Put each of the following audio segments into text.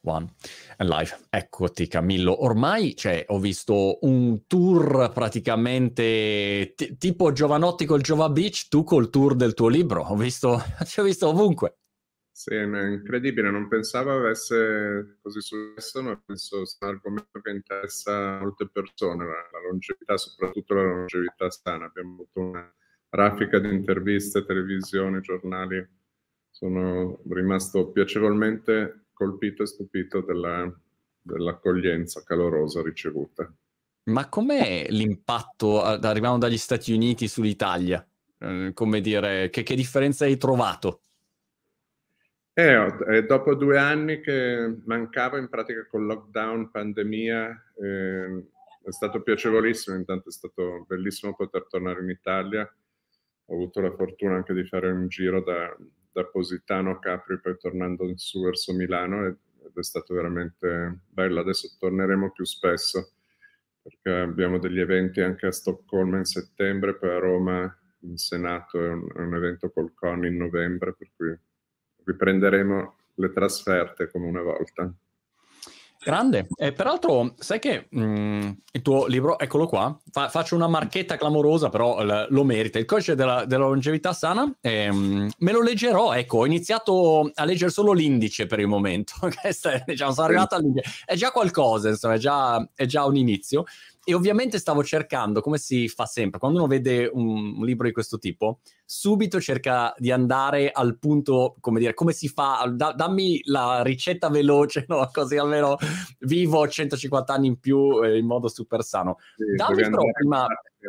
One and Life. Eccoti Camillo, ormai ho visto un tour praticamente tipo Giovanotti col Giova Beach, tu col tour del tuo libro, ti ho visto ovunque. Sì, è incredibile, non pensavo avesse così successo, ma penso sia un argomento che interessa molte persone, la longevità, soprattutto la longevità sana. Abbiamo avuto una raffica di interviste, televisioni, giornali. Sono rimasto piacevolmente colpito e stupito dell'accoglienza calorosa ricevuta. Ma com'è l'impatto, arrivando dagli Stati Uniti sull'Italia? Come dire, che differenza hai trovato? Dopo 2 anni che mancavo in pratica con lockdown, pandemia, è stato piacevolissimo, intanto è stato bellissimo poter tornare in Italia. Ho avuto la fortuna anche di fare un giro da Positano a Capri, poi tornando in su verso Milano, ed è stato veramente bello. Adesso torneremo più spesso, perché abbiamo degli eventi anche a Stoccolma in settembre, poi a Roma in Senato è un evento col CONI in novembre, per cui riprenderemo le trasferte come una volta. Grande. Peraltro, sai che il tuo libro, eccolo qua, faccio una marchetta clamorosa, però lo merita. Il codice della longevità sana, me lo leggerò, ecco, ho iniziato a leggere solo l'indice per il momento. Diciamo, sono arrivato all'indice. È già qualcosa, insomma, è già un inizio. E ovviamente stavo cercando, come si fa sempre, quando uno vede un libro di questo tipo, subito cerca di andare al punto, come dire, come si fa, dammi la ricetta veloce, no? Così almeno vivo 150 anni in più in modo super sano. Sì, Dammi però prima...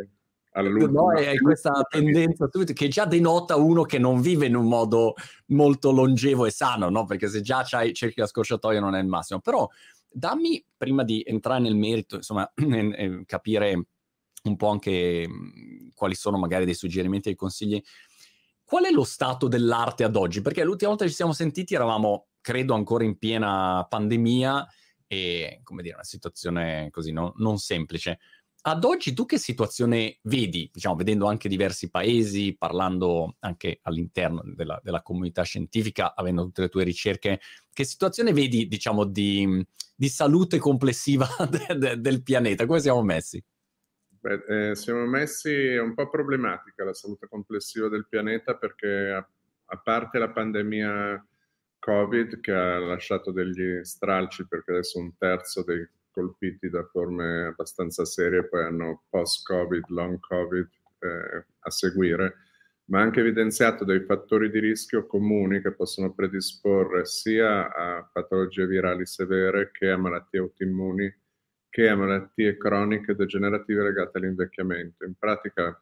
No, è questa tendenza che già denota uno che non vive in un modo molto longevo e sano, no? Perché se già cerchi la scorciatoia non è il massimo. Però dammi, prima di entrare nel merito, insomma, capire un po' anche quali sono magari dei suggerimenti e dei consigli, qual è lo stato dell'arte ad oggi? Perché l'ultima volta che ci siamo sentiti eravamo, credo, ancora in piena pandemia e, come dire, una situazione così non semplice. Ad oggi tu che situazione vedi, diciamo, vedendo anche diversi paesi, parlando anche all'interno della comunità scientifica, avendo tutte le tue ricerche, che situazione vedi, diciamo, di salute complessiva del pianeta? Come siamo messi? Siamo messi, è un po' problematica la salute complessiva del pianeta, perché a parte la pandemia Covid, che ha lasciato degli stralci, perché adesso 1/3 dei colpiti da forme abbastanza serie poi hanno post-Covid, long Covid a seguire, ma ha anche evidenziato dei fattori di rischio comuni che possono predisporre sia a patologie virali severe che a malattie autoimmuni, che a malattie croniche degenerative legate all'invecchiamento. In pratica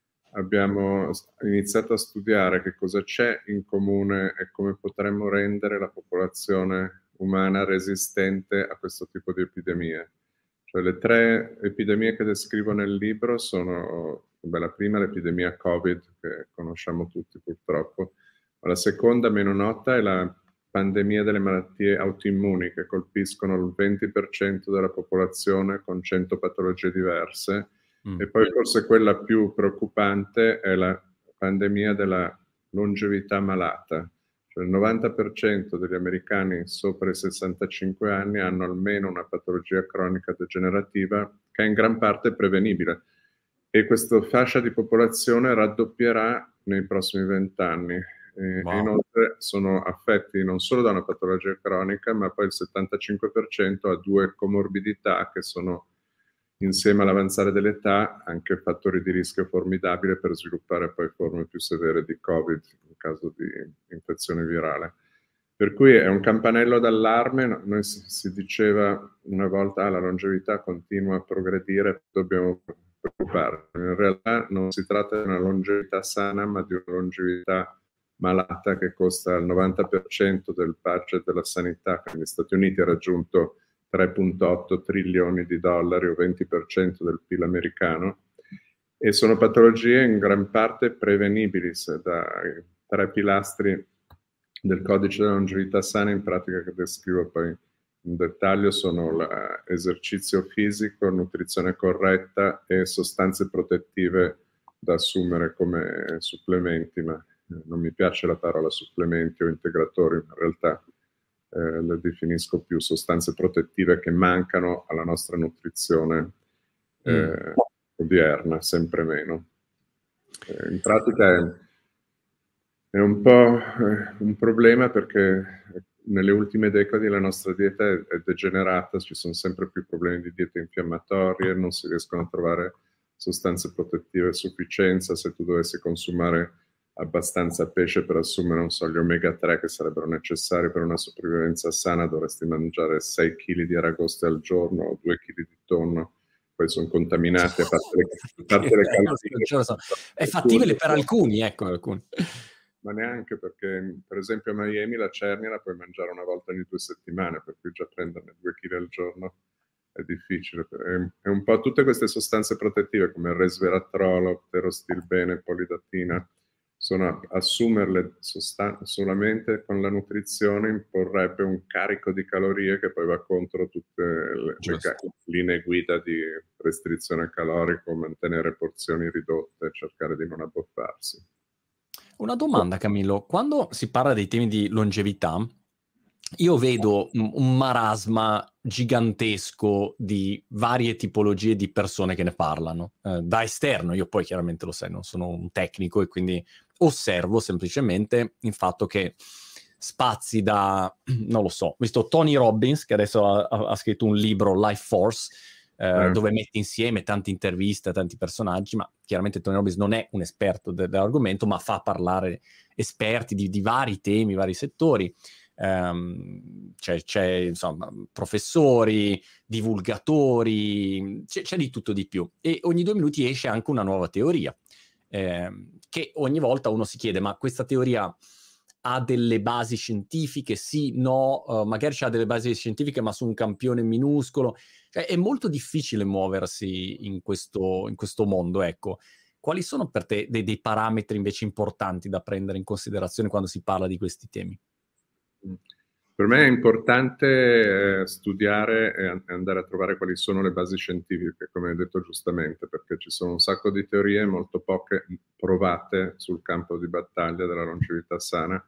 abbiamo iniziato a studiare che cosa c'è in comune e come potremmo rendere la popolazione umana resistente a questo tipo di epidemie. Cioè, le 3 epidemie che descrivo nel libro sono, la prima, l'epidemia Covid, che conosciamo tutti purtroppo, ma la seconda, meno nota, è la pandemia delle malattie autoimmuni, che colpiscono il 20% della popolazione con 100 patologie diverse. E poi forse quella più preoccupante è la pandemia della longevità malata. Cioè il 90% degli americani sopra i 65 anni hanno almeno una patologia cronica degenerativa che è in gran parte prevenibile. E questa fascia di popolazione raddoppierà nei prossimi 20 anni. Wow. E inoltre sono affetti non solo da una patologia cronica, ma poi il 75% ha 2 comorbidità che sono, insieme all'avanzare dell'età, anche fattori di rischio formidabile per sviluppare poi forme più severe di Covid in caso di infezione virale. Per cui è un campanello d'allarme. Noi si diceva una volta, la longevità continua a progredire, dobbiamo preoccuparci. In realtà non si tratta di una longevità sana, ma di una longevità malata che costa il 90% del budget della sanità, che negli Stati Uniti ha raggiunto 3,8 trilioni di dollari o 20% del PIL americano, e sono patologie in gran parte prevenibili dai 3 pilastri del codice della longevità sana, in pratica, che descrivo poi in dettaglio, sono l'esercizio fisico, nutrizione corretta e sostanze protettive da assumere come supplementi, ma non mi piace la parola supplementi o integratori, in realtà le definisco più sostanze protettive che mancano alla nostra nutrizione odierna, sempre meno. In pratica è un po' un problema perché nelle ultime decadi la nostra dieta è degenerata, ci sono sempre più problemi di diete infiammatorie, non si riescono a trovare sostanze protettive a sufficienza. Se tu dovessi consumare abbastanza pesce per assumere, non so, gli omega 3 che sarebbero necessari per una sopravvivenza sana, dovresti mangiare 6 kg di aragoste al giorno o 2 kg di tonno. Poi sono contaminati, a parte le calorie. È fattibile per alcuni, ecco, alcuni. Ma neanche, perché per esempio a Miami la cernia la puoi mangiare una volta ogni 2 settimane, per cui già prenderne 2 kg al giorno è difficile. È un po' tutte queste sostanze protettive come il resveratrolo, pterostilbene, polidatina, assumerle solamente con la nutrizione imporrebbe un carico di calorie che poi va contro tutte le linee guida di restrizione calorica, mantenere porzioni ridotte, cercare di non abboffarsi. Una domanda, Camillo. Quando si parla dei temi di longevità, io vedo un marasma gigantesco di varie tipologie di persone che ne parlano. Da esterno, io poi chiaramente lo sai, non sono un tecnico e quindi osservo semplicemente il fatto che spazi da, non lo so, ho visto Tony Robbins, che adesso ha scritto un libro, Life Force, dove mette insieme tante interviste a tanti personaggi, ma chiaramente Tony Robbins non è un esperto dell'argomento, ma fa parlare esperti di vari temi, vari settori. C'è insomma professori, divulgatori, c'è di tutto di più, e ogni 2 minuti esce anche una nuova teoria, che ogni volta uno si chiede: ma questa teoria ha delle basi scientifiche? Sì, no, magari c'ha delle basi scientifiche ma su un campione minuscolo. Cioè, è molto difficile muoversi in questo mondo, ecco. Quali sono per te dei parametri invece importanti da prendere in considerazione quando si parla di questi temi? Per me è importante studiare e andare a trovare quali sono le basi scientifiche, come hai detto giustamente, perché ci sono un sacco di teorie, molto poche provate sul campo di battaglia della longevità sana.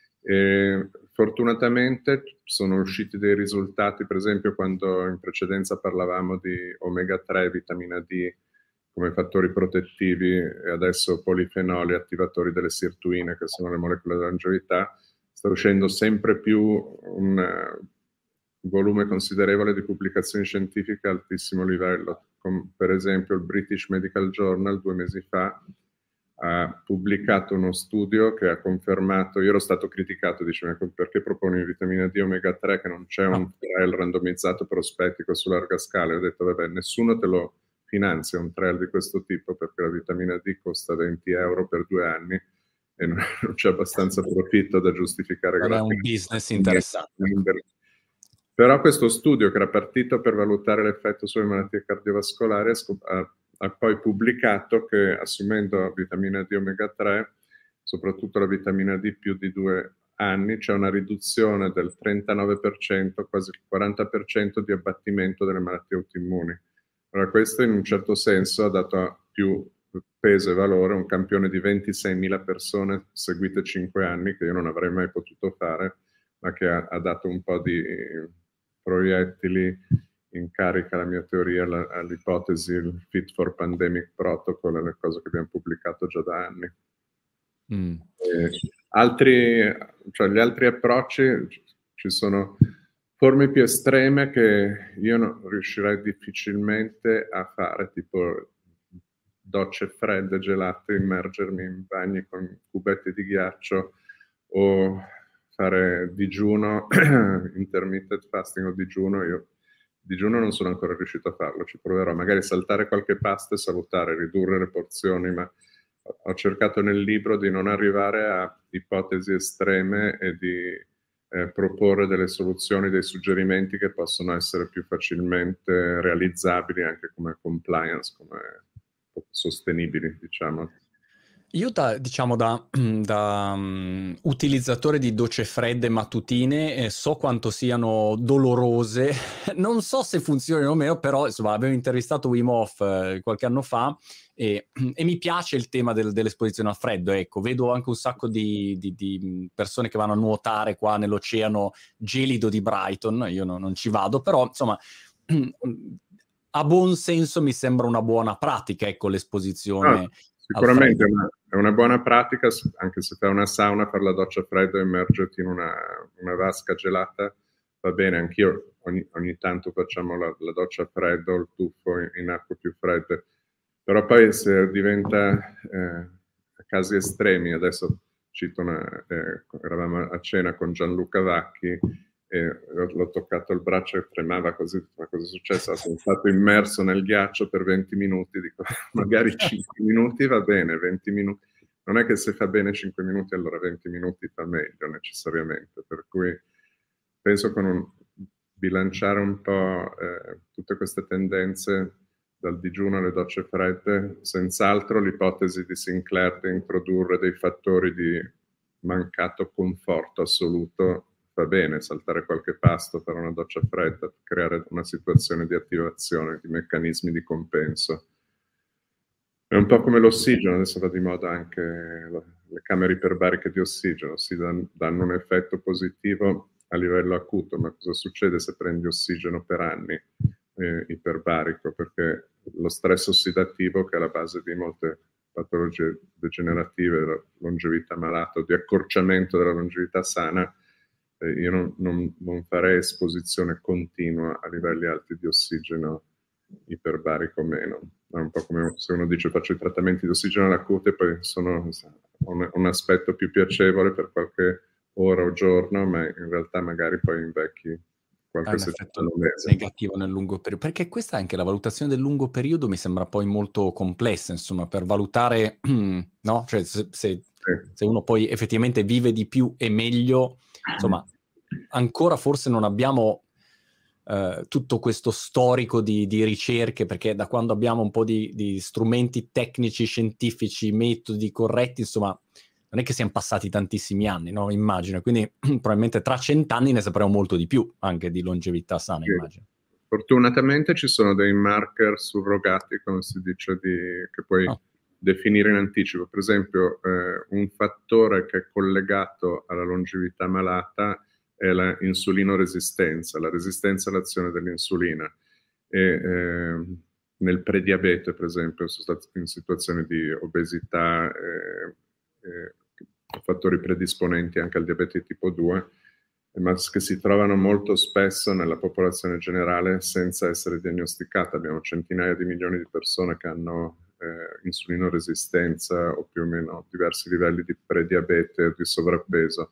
E fortunatamente sono usciti dei risultati, per esempio quando in precedenza parlavamo di omega 3, vitamina D come fattori protettivi, e adesso polifenoli, attivatori delle sirtuine, che sono le molecole della longevità. Sta uscendo sempre più un volume considerevole di pubblicazioni scientifiche a altissimo livello. Per esempio il British Medical Journal 2 mesi fa ha pubblicato uno studio che ha confermato, io ero stato criticato, diceva: perché proponi vitamina D omega 3 che non c'è un trial randomizzato prospettico su larga scala? E ho detto: vabbè, nessuno te lo finanzia un trial di questo tipo, perché la vitamina D costa 20 euro per 2 anni e non c'è abbastanza profitto da giustificare. Non è un business interessante. Però questo studio, che era partito per valutare l'effetto sulle malattie cardiovascolari, ha poi pubblicato che assumendo vitamina D omega 3, soprattutto la vitamina D più di 2 anni, c'è una riduzione del 39%, quasi il 40% di abbattimento delle malattie autoimmuni. Allora questo in un certo senso ha dato più peso e valore a un campione di 26.000 persone seguite 5 anni, che io non avrei mai potuto fare, ma che ha dato un po' di proiettili in carica alla mia teoria, all'ipotesi, il Fit for Pandemic Protocol, le cose che abbiamo pubblicato già da anni. Gli altri approcci, ci sono forme più estreme che io non riuscirei difficilmente a fare, tipo docce fredde, gelate, immergermi in bagni con cubetti di ghiaccio, o fare digiuno, intermittent fasting o digiuno. Io digiuno non sono ancora riuscito a farlo, ci proverò, magari saltare qualche pasto e salutare, ridurre le porzioni, ma ho cercato nel libro di non arrivare a ipotesi estreme e di proporre delle soluzioni, dei suggerimenti che possono essere più facilmente realizzabili anche come compliance, come sostenibili, diciamo. Io da utilizzatore di docce fredde mattutine so quanto siano dolorose, non so se funzionino o meno, però insomma avevo intervistato Wim Hof qualche anno fa e mi piace il tema dell'esposizione al freddo, ecco, vedo anche un sacco di persone che vanno a nuotare qua nell'oceano gelido di Brighton, io non ci vado, però insomma a buon senso mi sembra una buona pratica, ecco, l'esposizione sicuramente è una buona pratica, anche se fai una sauna, fare la doccia fredda e immergerti in una vasca gelata, va bene, anch'io ogni tanto facciamo la doccia fredda o il tuffo in acque più fredde, però poi se diventa casi estremi, adesso cito eravamo a cena con Gianluca Vacchi, e l'ho toccato il braccio e tremava così, ma cosa è successo? Sono stato immerso nel ghiaccio per 20 minuti, dico magari 5 minuti va bene, 20 minuti, non è che se fa bene 5 minuti allora 20 minuti fa meglio necessariamente, per cui penso bilanciare un po' tutte queste tendenze dal digiuno alle docce fredde, senz'altro l'ipotesi di Sinclair di introdurre dei fattori di mancato conforto assoluto va bene, saltare qualche pasto, fare una doccia fredda, creare una situazione di attivazione, di meccanismi di compenso. È un po' come l'ossigeno, adesso va di moda anche le camere iperbariche di ossigeno, si danno un effetto positivo a livello acuto, ma cosa succede se prendi ossigeno per anni iperbarico? Perché lo stress ossidativo, che è la base di molte patologie degenerative, la longevità malata o di accorciamento della longevità sana, io non farei esposizione continua a livelli alti di ossigeno iperbarico o meno. È un po' come se uno dice faccio i trattamenti di ossigeno alla cute e poi sono un aspetto più piacevole per qualche ora o giorno, ma in realtà magari poi invecchi qualche settimana negativo nel lungo periodo, perché questa è anche la valutazione del lungo periodo, mi sembra poi molto complessa, insomma, per valutare, no? Cioè se uno poi effettivamente vive di più e meglio, insomma, ancora forse non abbiamo tutto questo storico di ricerche, perché da quando abbiamo un po' di strumenti tecnici, scientifici, metodi corretti, insomma, non è che siano passati tantissimi anni, no? Immagino, quindi probabilmente tra 100 anni ne sapremo molto di più anche di longevità sana, sì. Immagino. Fortunatamente ci sono dei marker surrogati, come si dice, che puoi definire in anticipo. Per esempio, un fattore che è collegato alla longevità malata è la insulinoresistenza, la resistenza all'azione dell'insulina. E nel prediabete, per esempio, in situazioni di obesità, fattori predisponenti anche al diabete tipo 2, ma che si trovano molto spesso nella popolazione generale senza essere diagnosticata. Abbiamo centinaia di milioni di persone che hanno insulinoresistenza o più o meno diversi livelli di prediabete o di sovrappeso.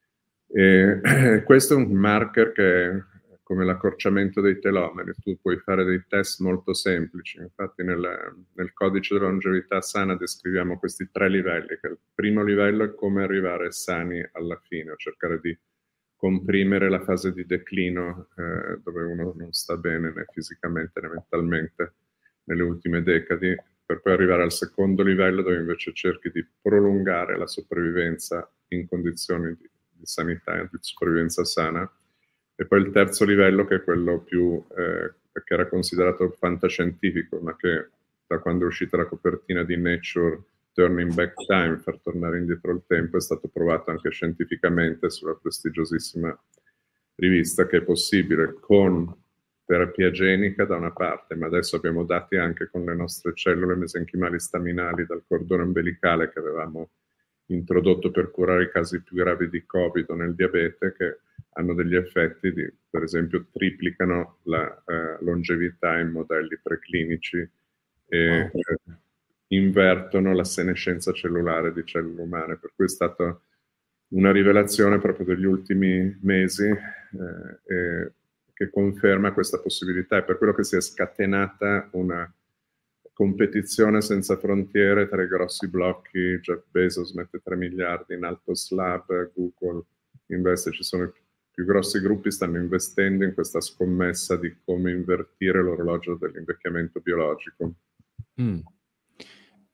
E questo è un marker che è come l'accorciamento dei telomeri. Tu puoi fare dei test molto semplici. Infatti nel codice della longevità sana descriviamo questi 3 livelli. Che il primo livello è come arrivare sani alla fine, o cercare di comprimere la fase di declino dove uno non sta bene né fisicamente né mentalmente nelle ultime decadi, per poi arrivare al secondo livello dove invece cerchi di prolungare la sopravvivenza in condizioni di sanità e di sopravvivenza sana. E poi il terzo livello, che è quello più che era considerato fantascientifico, ma che da quando è uscita la copertina di Nature, Turning Back Time, far tornare indietro il tempo, è stato provato anche scientificamente sulla prestigiosissima rivista che è possibile con terapia genica da una parte, ma adesso abbiamo dati anche con le nostre cellule mesenchimali staminali dal cordone ombelicale che avevamo introdotto per curare i casi più gravi di Covid o nel diabete, che hanno degli effetti per esempio, triplicano la longevità in modelli preclinici e invertono la senescenza cellulare di cellule umane, per cui è stata una rivelazione proprio degli ultimi mesi che conferma questa possibilità. È per quello che si è scatenata una competizione senza frontiere tra i grossi blocchi. Jeff Bezos mette 3 miliardi in Altos Lab, Google investe, ci sono i più grossi gruppi, stanno investendo in questa scommessa di come invertire l'orologio dell'invecchiamento biologico. Ma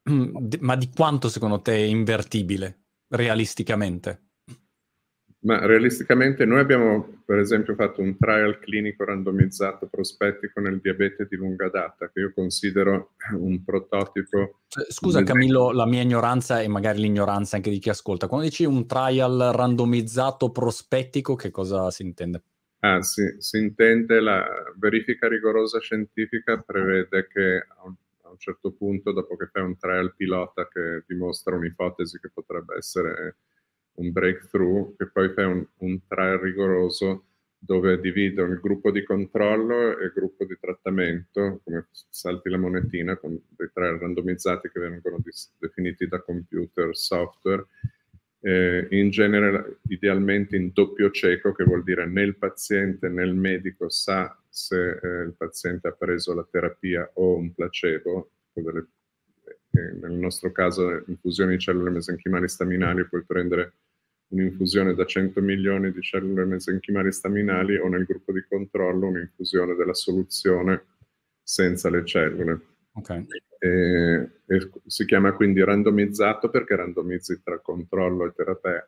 Ma di quanto secondo te è invertibile, realisticamente? Ma realisticamente noi abbiamo per esempio fatto un trial clinico randomizzato prospettico nel diabete di lunga data, che io considero un prototipo. Scusa Camillo, la mia ignoranza e magari l'ignoranza anche di chi ascolta. Quando dici un trial randomizzato prospettico, che cosa si intende? Ah, sì, si intende la verifica rigorosa scientifica prevede che a un certo punto, dopo che fai un trial pilota che dimostra un'ipotesi che potrebbe essere un breakthrough, che poi fai un trial rigoroso dove dividono il gruppo di controllo e il gruppo di trattamento, come salti la monetina, con dei trial randomizzati che vengono definiti da computer, software, in genere idealmente in doppio cieco, che vuol dire né il paziente né il medico sa se il paziente ha preso la terapia o un placebo. Nel nostro caso infusioni di cellule mesenchimali staminali, puoi prendere un'infusione da 100 milioni di cellule mesenchimali staminali o nel gruppo di controllo un'infusione della soluzione senza le cellule. Okay. E si chiama quindi randomizzato perché randomizzi tra controllo e terapia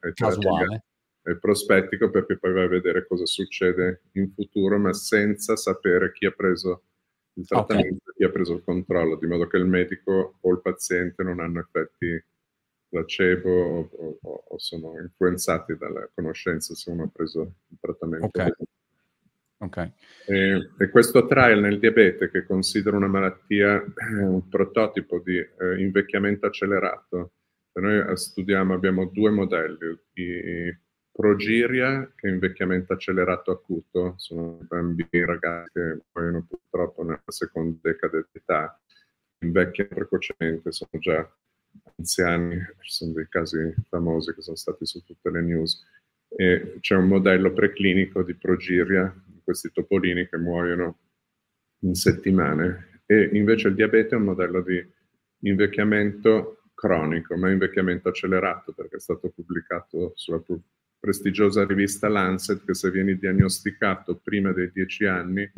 e prospettico, perché poi vai a vedere cosa succede in futuro, ma senza sapere chi ha preso il trattamento e chi ha preso il controllo, di modo che il medico o il paziente non hanno effetti placebo o sono influenzati dalla conoscenza se uno ha preso il trattamento. Okay. E questo trial nel diabete, che considera una malattia, un prototipo di invecchiamento accelerato, noi abbiamo due modelli, i progiria, che è invecchiamento accelerato acuto, sono bambini, ragazzi che muoiono purtroppo nella seconda decade d'età, invecchiano precocemente, sono già anziani, ci sono dei casi famosi che sono stati su tutte le news. E c'è un modello preclinico di progiria, questi topolini che muoiono in settimane, e invece il diabete è un modello di invecchiamento cronico, ma invecchiamento accelerato, perché è stato pubblicato sulla prestigiosa rivista Lancet, che se vieni diagnosticato prima dei 10 anni,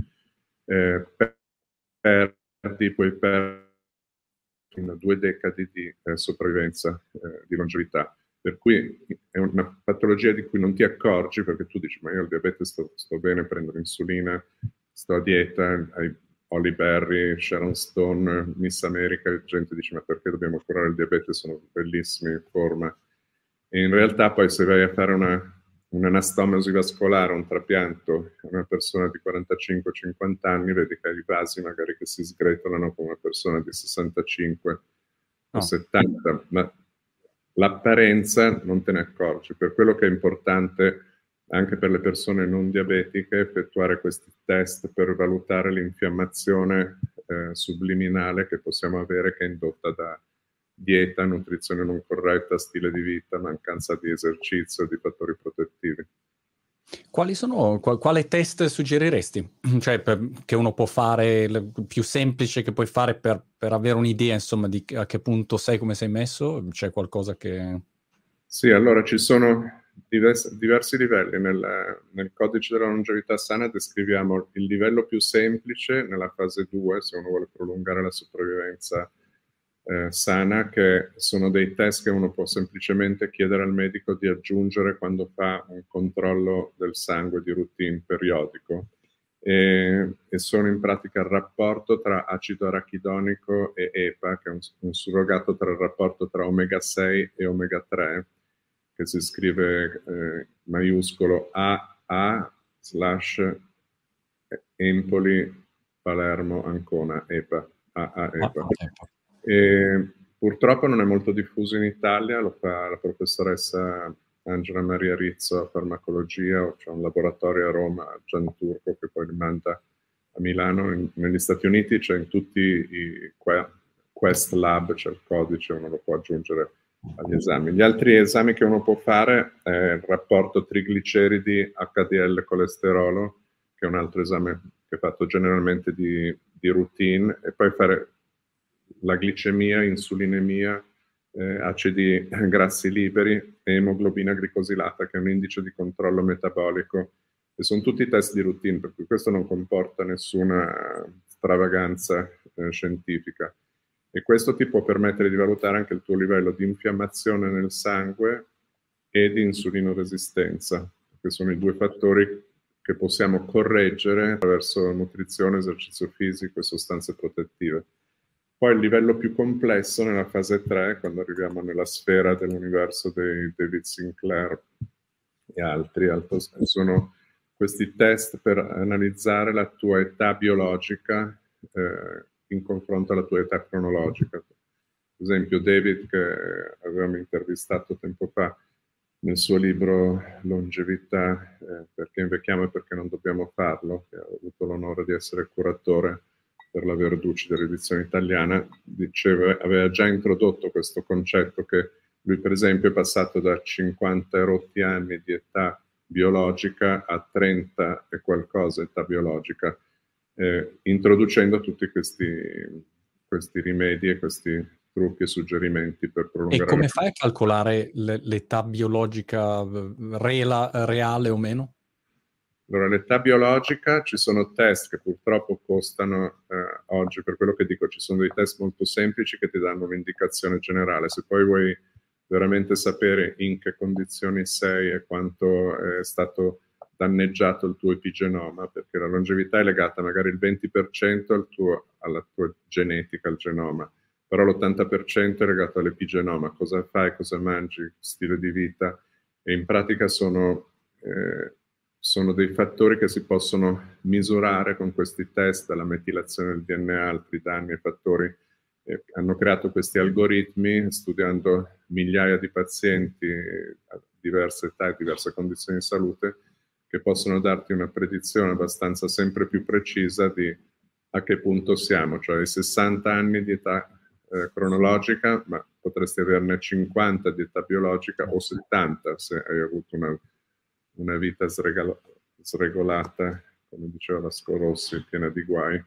puoi perdere fino a 2 decadi di sopravvivenza, di longevità. Per cui è una patologia di cui non ti accorgi, perché tu dici, ma io il diabete sto bene, prendo l'insulina, sto a dieta, hai Holly Berry, Sharon Stone, Miss America, gente dice, ma perché dobbiamo curare il diabete? Sono bellissimi, in forma. E in realtà poi se vai a fare un'anastomosi vascolare, un trapianto, una persona di 45-50 anni, vedi che hai i vasi magari che si sgretolano come una persona di 65 o 70, ma l'apparenza non te ne accorgi. Per quello che è importante anche per le persone non diabetiche effettuare questi test per valutare l'infiammazione subliminale che possiamo avere, che è indotta da dieta, nutrizione non corretta, stile di vita, mancanza di esercizio, di fattori protettivi. Quale test suggeriresti? Cioè, che uno può fare, il più semplice che puoi fare per avere un'idea, insomma, di a che punto sei, come sei messo? C'è qualcosa che... Sì, allora ci sono diversi livelli. Nel codice della longevità sana descriviamo il livello più semplice nella fase 2, se uno vuole prolungare la sopravvivenza sana, che sono dei test che uno può semplicemente chiedere al medico di aggiungere quando fa un controllo del sangue di routine periodico. E sono in pratica il rapporto tra acido arachidonico e EPA, che è un surrogato tra il rapporto tra omega 6 e omega 3, che si scrive maiuscolo AA/Empoli Palermo Ancona, EPA, AA-EPA. E purtroppo non è molto diffuso in Italia, lo fa la professoressa Angela Maria Rizzo a farmacologia, c'è un laboratorio a Roma, Gian Turco, che poi li manda a Milano. Negli Stati Uniti c'è in tutti i Quest Lab, c'è il codice, uno lo può aggiungere agli esami. Gli altri esami che uno può fare è il rapporto trigliceridi, HDL, colesterolo, che è un altro esame che è fatto generalmente di routine, e poi fare la glicemia, insulinemia, acidi grassi liberi e emoglobina glicosilata, che è un indice di controllo metabolico, e sono tutti test di routine, per cui questo non comporta nessuna stravaganza scientifica. e questo ti può permettere di valutare anche il tuo livello di infiammazione nel sangue e di insulinoresistenza, che sono i due fattori che possiamo correggere attraverso nutrizione, esercizio fisico e sostanze protettive. Poi il livello più complesso nella fase 3, quando arriviamo nella sfera dell'universo dei David Sinclair e altri, sono questi test per analizzare la tua età biologica in confronto alla tua età cronologica. Per esempio David, che avevamo intervistato tempo fa, nel suo libro Longevità, perché invecchiamo e perché non dobbiamo farlo, che ha avuto l'onore di essere curatore per la Verducci dell'edizione italiana, diceva, aveva già introdotto questo concetto che lui per esempio è passato da 50 rotti anni di età biologica a 30 e qualcosa età biologica, introducendo tutti questi rimedi e questi trucchi e suggerimenti per prolungare. E come fai a calcolare l'età biologica reale o meno? Allora, l'età biologica, ci sono test che purtroppo costano oggi, per quello che dico, ci sono dei test molto semplici che ti danno un'indicazione generale. Se poi vuoi veramente sapere in che condizioni sei e quanto è stato danneggiato il tuo epigenoma, perché la longevità è legata magari il 20% alla tua genetica, al genoma, però l'80% è legato all'epigenoma, cosa fai, cosa mangi, stile di vita, e in pratica sono dei fattori che si possono misurare con questi test, la metilazione del DNA, altri danni e fattori. Hanno creato questi algoritmi studiando migliaia di pazienti a diverse età e diverse condizioni di salute, che possono darti una predizione abbastanza sempre più precisa di a che punto siamo, cioè ai 60 anni di età cronologica, ma potresti averne 50 di età biologica o 70 se hai avuto una vita sregolata, come diceva Vasco Rossi, piena di guai.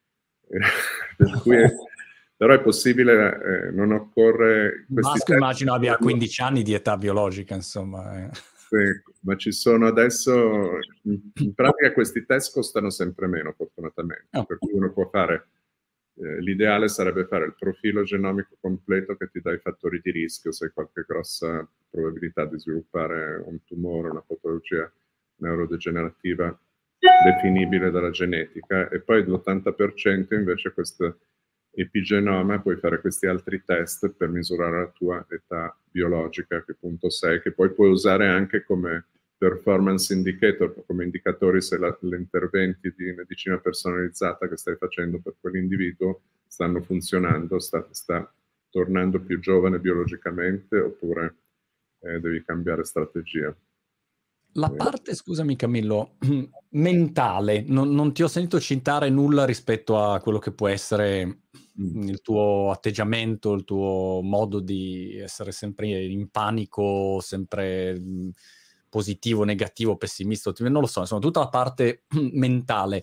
Per cui però è possibile, non occorre... Vasco immagino abbia 15 anni di età biologica, insomma. Sì, ma ci sono adesso, in pratica questi test costano sempre meno, fortunatamente, per cui uno può fare, l'ideale sarebbe fare il profilo genomico completo che ti dà i fattori di rischio, se hai qualche grossa probabilità di sviluppare un tumore, una patologia neurodegenerativa definibile dalla genetica, e poi l'80% invece questo epigenoma, puoi fare questi altri test per misurare la tua età biologica, a che punto sei, che poi puoi usare anche come performance indicator, come indicatori se gli interventi di medicina personalizzata che stai facendo per quell'individuo stanno funzionando, sta tornando più giovane biologicamente, oppure devi cambiare strategia. La parte, scusami Camillo, mentale, non ti ho sentito citare nulla rispetto a quello che può essere il tuo atteggiamento, il tuo modo di essere sempre in panico, sempre positivo, negativo, pessimista, non lo so, insomma tutta la parte mentale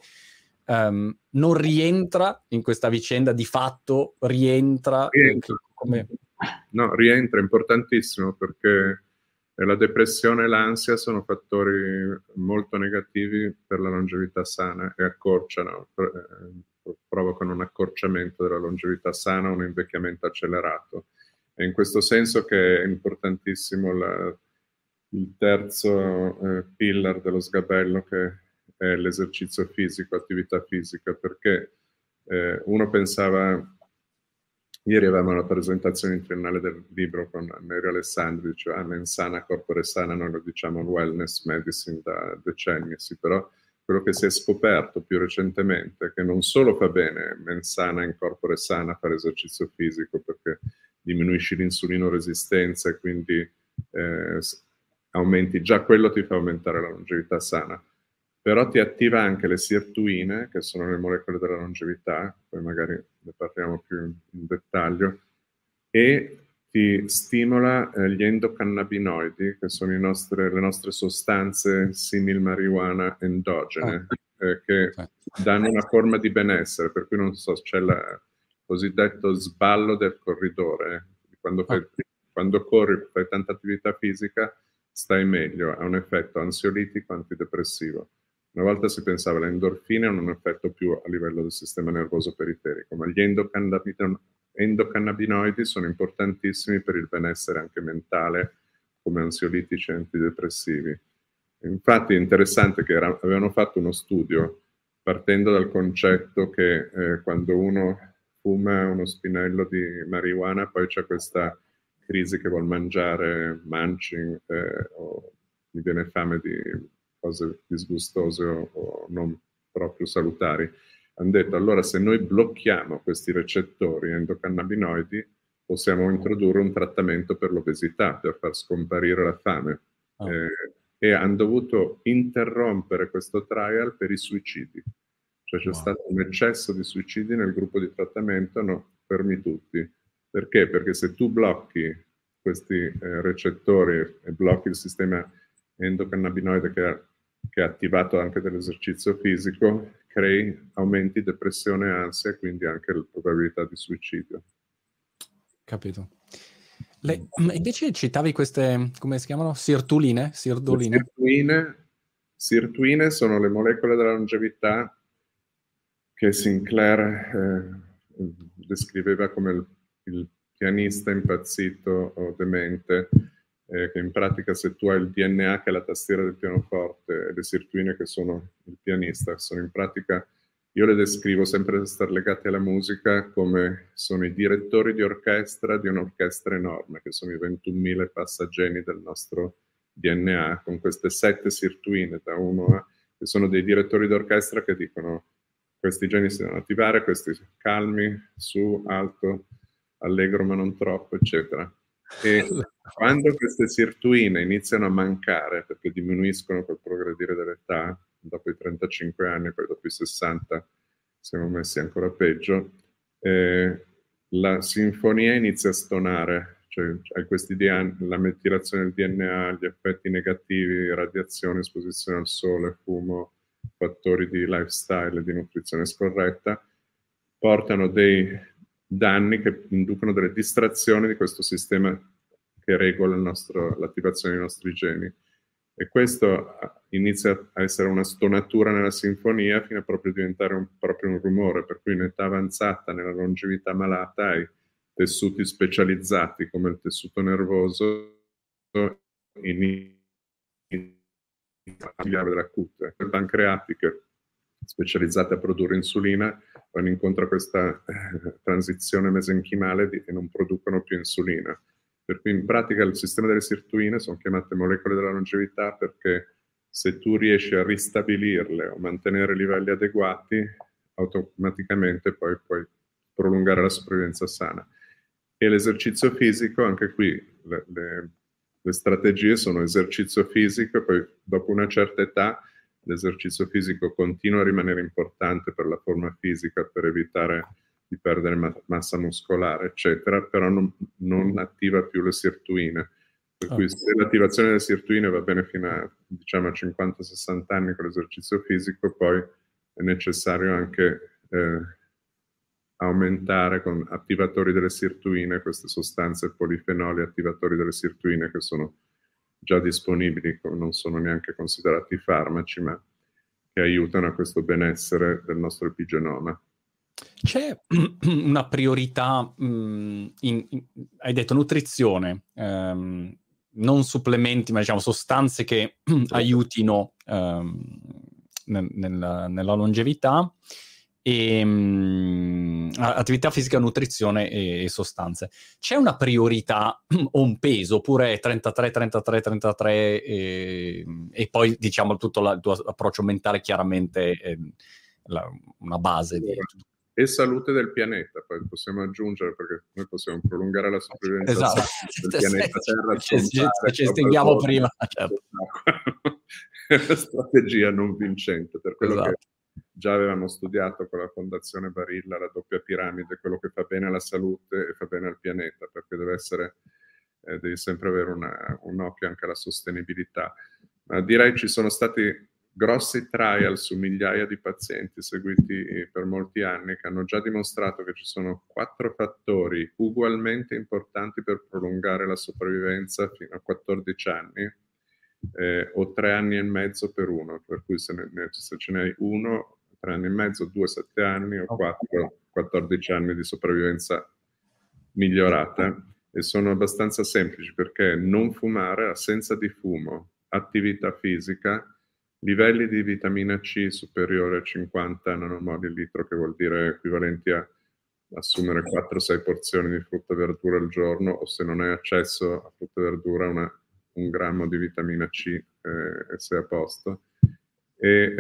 non rientra in questa vicenda, di fatto rientra. No, rientra, è importantissimo, perché la depressione e l'ansia sono fattori molto negativi per la longevità sana e accorciano, provocano un accorciamento della longevità sana, un invecchiamento accelerato. È in questo senso che è importantissimo il terzo pillar dello sgabello, che è l'esercizio fisico, attività fisica, perché uno pensava... Ieri avevamo la presentazione triennale del libro con Neri Alessandri, diceva mens sana corpore sana, noi lo diciamo wellness medicine da decenni, sì, però quello che si è scoperto più recentemente è che non solo fa bene mens sana in corpore sana fare esercizio fisico, perché diminuisci l'insulinoresistenza e quindi aumenti, già quello ti fa aumentare la longevità sana, però ti attiva anche le sirtuine, che sono le molecole della longevità, poi magari ne parliamo più in dettaglio, e ti stimola gli endocannabinoidi, che sono le nostre sostanze simil marijuana endogene, che danno una forma di benessere, per cui non so, c'è il cosiddetto sballo del corridore, quando corri, fai tanta attività fisica, stai meglio, ha un effetto ansiolitico, antidepressivo. Una volta si pensava che le endorfine hanno un effetto più a livello del sistema nervoso periferico, ma gli endocannabinoidi sono importantissimi per il benessere anche mentale, come ansiolitici e antidepressivi. Infatti è interessante che avevano fatto uno studio partendo dal concetto che quando uno fuma uno spinello di marijuana poi c'è questa crisi che vuol mangiare munching o gli viene fame di cose disgustose o non proprio salutari. Hanno detto allora se noi blocchiamo questi recettori endocannabinoidi possiamo introdurre un trattamento per l'obesità, per far scomparire la fame. E hanno dovuto interrompere questo trial per i suicidi. Cioè c'è stato un eccesso di suicidi nel gruppo di trattamento, no, fermi tutti. Perché? Perché se tu blocchi questi recettori e blocchi il sistema endocannabinoide che è attivato anche dall'esercizio fisico, aumenti depressione e ansia e quindi anche la probabilità di suicidio. Capito. Invece citavi queste, come si chiamano? Sirtuline? Sirtuine sono le molecole della longevità che Sinclair descriveva come il pianista impazzito o demente, che in pratica se tu hai il DNA che è la tastiera del pianoforte e le sirtuine che sono il pianista, sono in pratica, io le descrivo sempre per stare legate alla musica come sono i direttori di orchestra di un'orchestra enorme, che sono i 21.000 passageni del nostro DNA, con queste 7 sirtuine da 1 a, che sono dei direttori d'orchestra che dicono questi geni si devono attivare, questi calmi, su, alto, allegro ma non troppo, eccetera. E quando queste sirtuine iniziano a mancare, perché diminuiscono col progredire dell'età, dopo i 35 anni, poi dopo i 60 siamo messi ancora peggio, la sinfonia inizia a stonare, cioè hai questi la metilazione del DNA, gli effetti negativi, radiazione, esposizione al sole, fumo, fattori di lifestyle e di nutrizione scorretta, portano dei danni che inducono delle distrazioni di questo sistema che regola l'attivazione dei nostri geni. E questo inizia a essere una stonatura nella sinfonia fino a proprio diventare proprio un rumore, per cui in età avanzata, nella longevità malata, hai tessuti specializzati come il tessuto nervoso della cute, le pancreatiche specializzate a produrre insulina vanno incontro a questa transizione mesenchimale e non producono più insulina. Per cui in pratica il sistema delle sirtuine sono chiamate molecole della longevità perché se tu riesci a ristabilirle o mantenere livelli adeguati, automaticamente poi puoi prolungare la sopravvivenza sana. E l'esercizio fisico, anche qui le strategie sono esercizio fisico e poi dopo una certa età l'esercizio fisico continua a rimanere importante per la forma fisica, per evitare di perdere massa muscolare, eccetera, però non attiva più le sirtuine. Per cui se l'attivazione delle sirtuine va bene fino a, diciamo, a 50-60 anni con l'esercizio fisico, poi è necessario anche aumentare con attivatori delle sirtuine, queste sostanze polifenoli attivatori delle sirtuine che sono già disponibili, non sono neanche considerati farmaci, ma che aiutano a questo benessere del nostro epigenoma. C'è una priorità, hai detto nutrizione, non supplementi, ma diciamo sostanze che aiutino nella longevità, e attività fisica, nutrizione e sostanze. C'è una priorità o un peso, oppure 33 e poi diciamo tutto il tuo approccio mentale chiaramente una base di tutto. E salute del pianeta, poi possiamo aggiungere, perché noi possiamo prolungare la sopravvivenza del pianeta Terra. Ci estinguiamo prima, certo. È una strategia non vincente, per quello che già avevamo studiato con la Fondazione Barilla, la doppia piramide, quello che fa bene alla salute e fa bene al pianeta, perché devi sempre avere un occhio anche alla sostenibilità. Ma direi ci sono stati grossi trial su migliaia di pazienti seguiti per molti anni che hanno già dimostrato che ci sono 4 fattori ugualmente importanti per prolungare la sopravvivenza fino a 14 anni o 3 anni e mezzo per uno, per cui se ce ne hai 1, 3 anni e mezzo, 2, 7 anni o 4, 14 anni di sopravvivenza migliorata, e sono abbastanza semplici, perché non fumare, assenza di fumo, attività fisica, livelli di vitamina C superiori a 50 nanomoli al litro, che vuol dire equivalenti a assumere 4-6 porzioni di frutta e verdura al giorno, o se non hai accesso a frutta e verdura, 1 grammo di vitamina C e sei a posto. E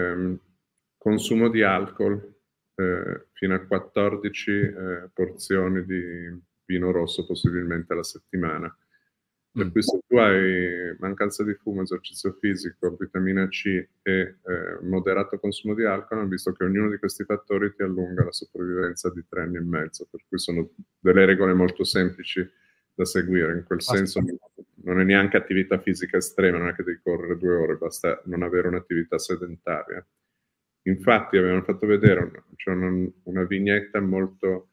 consumo di alcol, fino a 14 porzioni di vino rosso possibilmente alla settimana. Per cui se tu hai mancanza di fumo, esercizio fisico, vitamina C e moderato consumo di alcol, hanno visto che ognuno di questi fattori ti allunga la sopravvivenza di 3 anni e mezzo, per cui sono delle regole molto semplici da seguire. In quel senso non è neanche attività fisica estrema, non è che devi correre 2 ore, basta non avere un'attività sedentaria. Infatti avevano fatto vedere, c'è una vignetta molto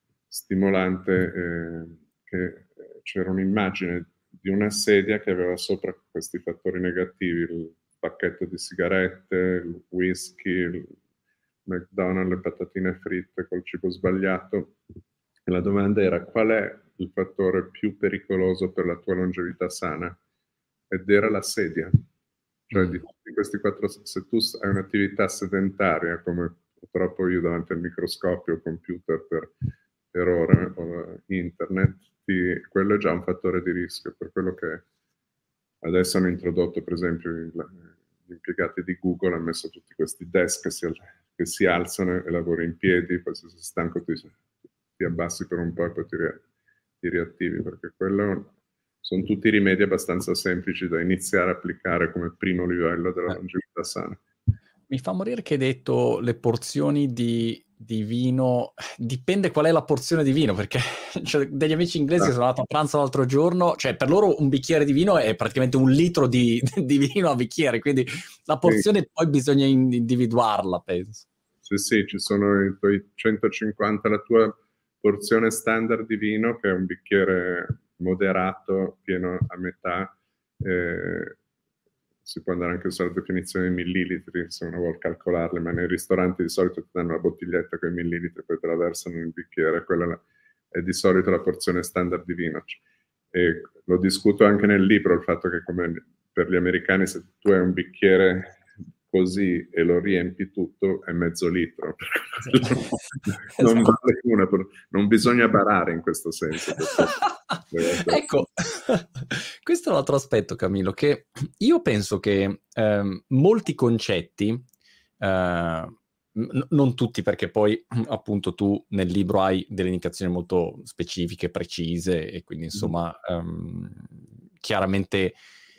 stimolante, che c'era un'immagine di una sedia che aveva sopra questi fattori negativi, il pacchetto di sigarette, il whisky, il McDonald's, le patatine fritte col cibo sbagliato. E la domanda era: qual è il fattore più pericoloso per la tua longevità sana? Ed era la sedia. Cioè di questi 4, se tu hai un'attività sedentaria, come purtroppo io davanti al microscopio, computer per ore, o internet, quello è già un fattore di rischio. Per quello che adesso hanno introdotto, per esempio, gli impiegati di Google hanno messo tutti questi desk che si alzano e lavori in piedi, poi se sei stanco ti abbassi per un po' e poi ti riattivi, perché quello sono tutti rimedi abbastanza semplici da iniziare a applicare come primo livello della longevità sana. Mi fa morire che hai detto le porzioni di vino, dipende qual è la porzione di vino, perché cioè, degli amici inglesi sono andato a pranzo l'altro giorno, cioè per loro un bicchiere di vino è praticamente 1 litro di vino a bicchiere, quindi la porzione poi bisogna individuarla, penso. Sì, ci sono i tuoi 150, la tua porzione standard di vino, che è un bicchiere moderato, pieno a metà, si può andare anche sulla definizione di millilitri se uno vuole calcolarle, ma nei ristoranti di solito ti danno la bottiglietta con i millilitri, poi te la versano nel bicchiere, quella è di solito la porzione standard di vino. E lo discuto anche nel libro, il fatto che, come per gli americani, se tu hai un bicchiere così e lo riempi tutto, è mezzo litro. Non vale una, non bisogna barare in questo senso. Ecco, questo è un altro aspetto, Camillo, che io penso che molti concetti, non tutti, perché poi appunto tu nel libro hai delle indicazioni molto specifiche, precise, e quindi insomma chiaramente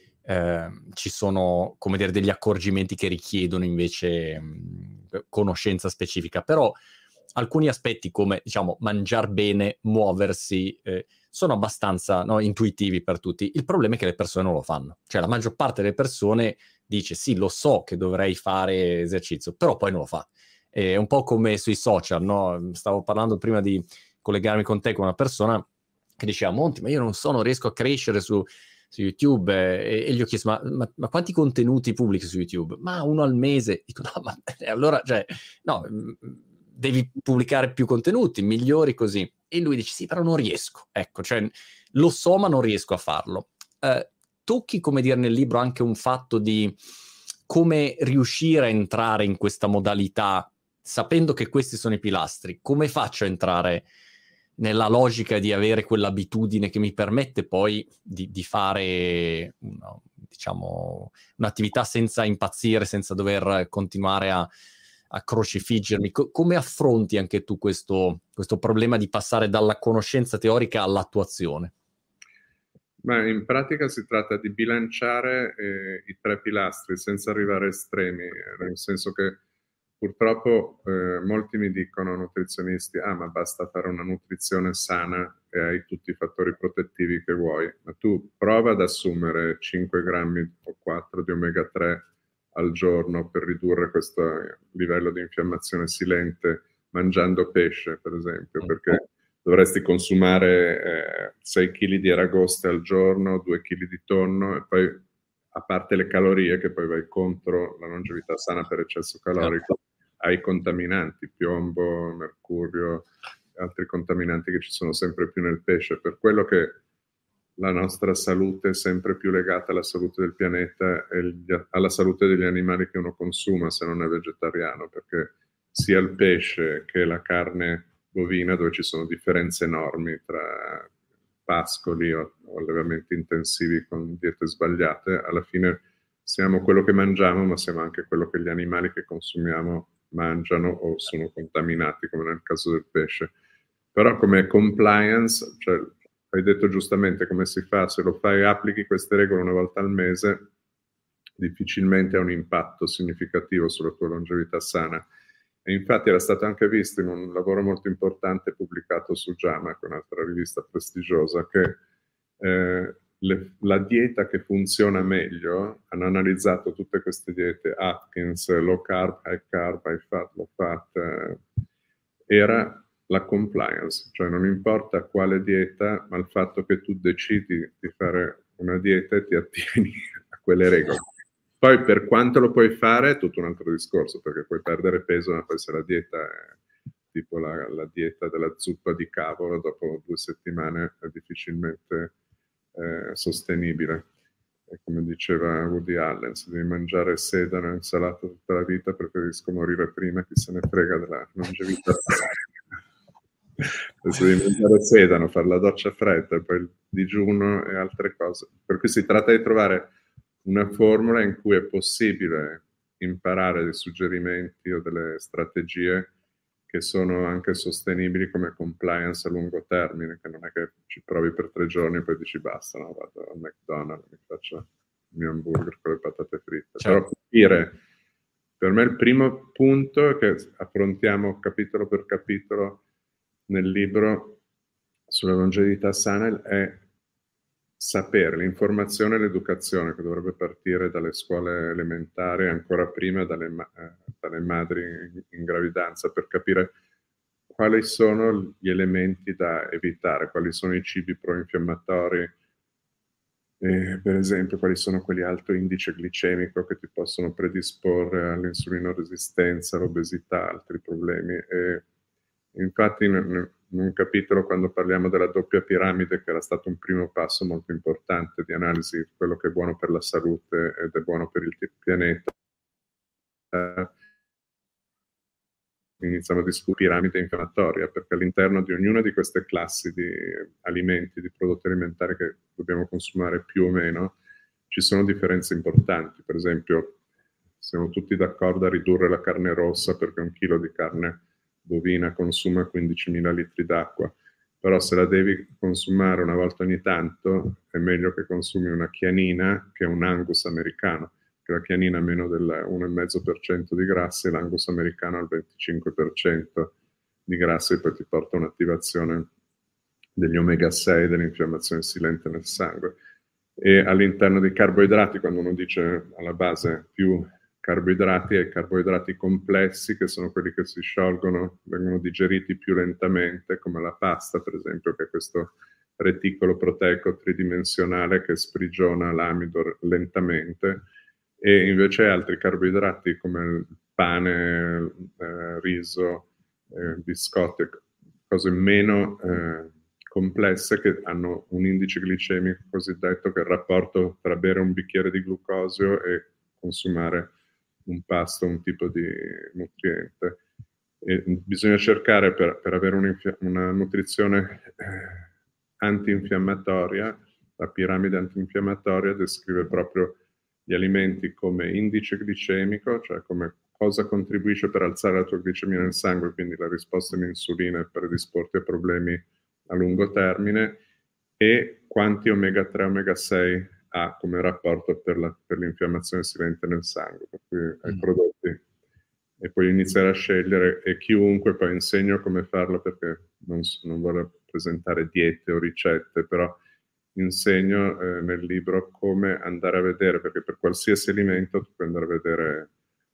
ci sono, come dire, degli accorgimenti che richiedono invece conoscenza specifica, però alcuni aspetti, come diciamo mangiar bene, muoversi, sono abbastanza intuitivi per tutti. Il problema è che le persone non lo fanno, cioè la maggior parte delle persone dice sì, lo so che dovrei fare esercizio, però poi non lo fa. È un po' come sui social, no? Stavo parlando prima di collegarmi con te, con una persona che diceva: Monti, ma io non riesco a crescere su YouTube, e gli ho chiesto: ma quanti contenuti pubblichi su YouTube? Ma 1 al mese. Dico: no, ma allora, cioè, no, devi pubblicare più contenuti, migliori così. E lui dice: sì, però non riesco. Ecco, cioè, lo so, ma non riesco a farlo. Tocchi, come dire, nel libro anche un fatto di come riuscire a entrare in questa modalità, sapendo che questi sono i pilastri. Come faccio a entrare nella logica di avere quell'abitudine che mi permette poi di fare diciamo un'attività senza impazzire, senza dover continuare a crocifiggermi? Come affronti anche tu questo problema di passare dalla conoscenza teorica all'attuazione? Ma in pratica si tratta di bilanciare i 3 pilastri senza arrivare a estremi, nel senso che purtroppo molti mi dicono, nutrizionisti: ma basta fare una nutrizione sana e hai tutti i fattori protettivi che vuoi. Ma tu prova ad assumere 5 grammi o 4 di omega 3 al giorno per ridurre questo livello di infiammazione silente, mangiando pesce, per esempio, perché dovresti consumare 6 kg di aragoste al giorno, 2 kg di tonno, e poi, a parte le calorie, che poi vai contro la longevità sana per eccesso calorico, hai contaminanti, piombo, mercurio, altri contaminanti che ci sono sempre più nel pesce, per quello che la nostra salute è sempre più legata alla salute del pianeta e alla salute degli animali che uno consuma se non è vegetariano, perché sia il pesce che la carne bovina, dove ci sono differenze enormi tra pascoli o allevamenti intensivi con diete sbagliate, alla fine siamo quello che mangiamo, ma siamo anche quello che gli animali che consumiamo mangiano o sono contaminati, come nel caso del pesce. Però come compliance, cioè hai detto giustamente come si fa, se lo fai applichi queste regole una volta al mese, difficilmente ha un impatto significativo sulla tua longevità sana. E infatti era stato anche visto in un lavoro molto importante pubblicato su JAMA, che è un'altra rivista prestigiosa, che la dieta che funziona meglio, hanno analizzato tutte queste diete, Atkins, low carb, high fat, low fat, era la compliance, cioè non importa quale dieta, ma il fatto che tu decidi di fare una dieta e ti attieni a quelle regole. Poi per quanto lo puoi fare è tutto un altro discorso, perché puoi perdere peso, ma poi se la dieta è tipo la dieta della zuppa di cavolo, dopo 2 settimane è difficilmente sostenibile. E come diceva Woody Allen, se devi mangiare sedano e insalata tutta la vita, preferisco morire prima, chi se ne frega della longevità. Se devi mangiare sedano, fare la doccia fredda, poi il digiuno e altre cose. Per cui si tratta di trovare una formula in cui è possibile imparare dei suggerimenti o delle strategie che sono anche sostenibili come compliance a lungo termine, che non è che ci provi per 3 giorni e poi dici basta, no, vado al McDonald's, mi faccio il mio hamburger con le patate fritte. Certo. Però capire, per me il primo punto che affrontiamo capitolo per capitolo nel libro sulla longevità sana è sapere, l'informazione e l'educazione, che dovrebbe partire dalle scuole elementari, ancora prima dalle madri in gravidanza, per capire quali sono gli elementi da evitare, quali sono i cibi pro-infiammatori, per esempio quali sono quelli alto indice glicemico che ti possono predisporre all'insulinoresistenza, all'obesità, altri problemi. E infatti in un capitolo, quando parliamo della doppia piramide, che era stato un primo passo molto importante di analisi di quello che è buono per la salute ed è buono per il pianeta, iniziamo a discutere piramide infiammatoria, perché all'interno di ognuna di queste classi di alimenti, di prodotti alimentari che dobbiamo consumare più o meno, ci sono differenze importanti. Per esempio, siamo tutti d'accordo a ridurre la carne rossa, perché 1 chilo di carne bovina consuma 15.000 litri d'acqua, però se la devi consumare una volta ogni tanto è meglio che consumi una chianina che un Angus americano, che la chianina ha meno del 1,5% di grassi e l'Angus americano al 25% di grassi, e poi ti porta un'attivazione degli omega 6, dell'infiammazione silente nel sangue. E all'interno dei carboidrati, quando uno dice alla base più carboidrati, e carboidrati complessi, che sono quelli che si sciolgono, vengono digeriti più lentamente, come la pasta, per esempio, che è questo reticolo proteico tridimensionale che sprigiona l'amido lentamente, e invece altri carboidrati come il pane, riso, biscotti, cose meno complesse, che hanno un indice glicemico cosiddetto, che è il rapporto tra bere un bicchiere di glucosio e consumare un pasto, un tipo di nutriente. E bisogna cercare, per avere una nutrizione antinfiammatoria, la piramide antinfiammatoria descrive proprio gli alimenti come indice glicemico, cioè come cosa contribuisce per alzare la tua glicemia nel sangue, quindi la risposta all'insulina e predisporti a problemi a lungo termine, e quanti omega 3 omega 6 ha come rapporto per l'infiammazione silente nel sangue, per cui ai prodotti. E poi iniziare a scegliere, e chiunque, poi insegno come farlo, perché non voglio presentare diete o ricette, però insegno nel libro come andare a vedere, perché per qualsiasi alimento tu puoi andare a vedere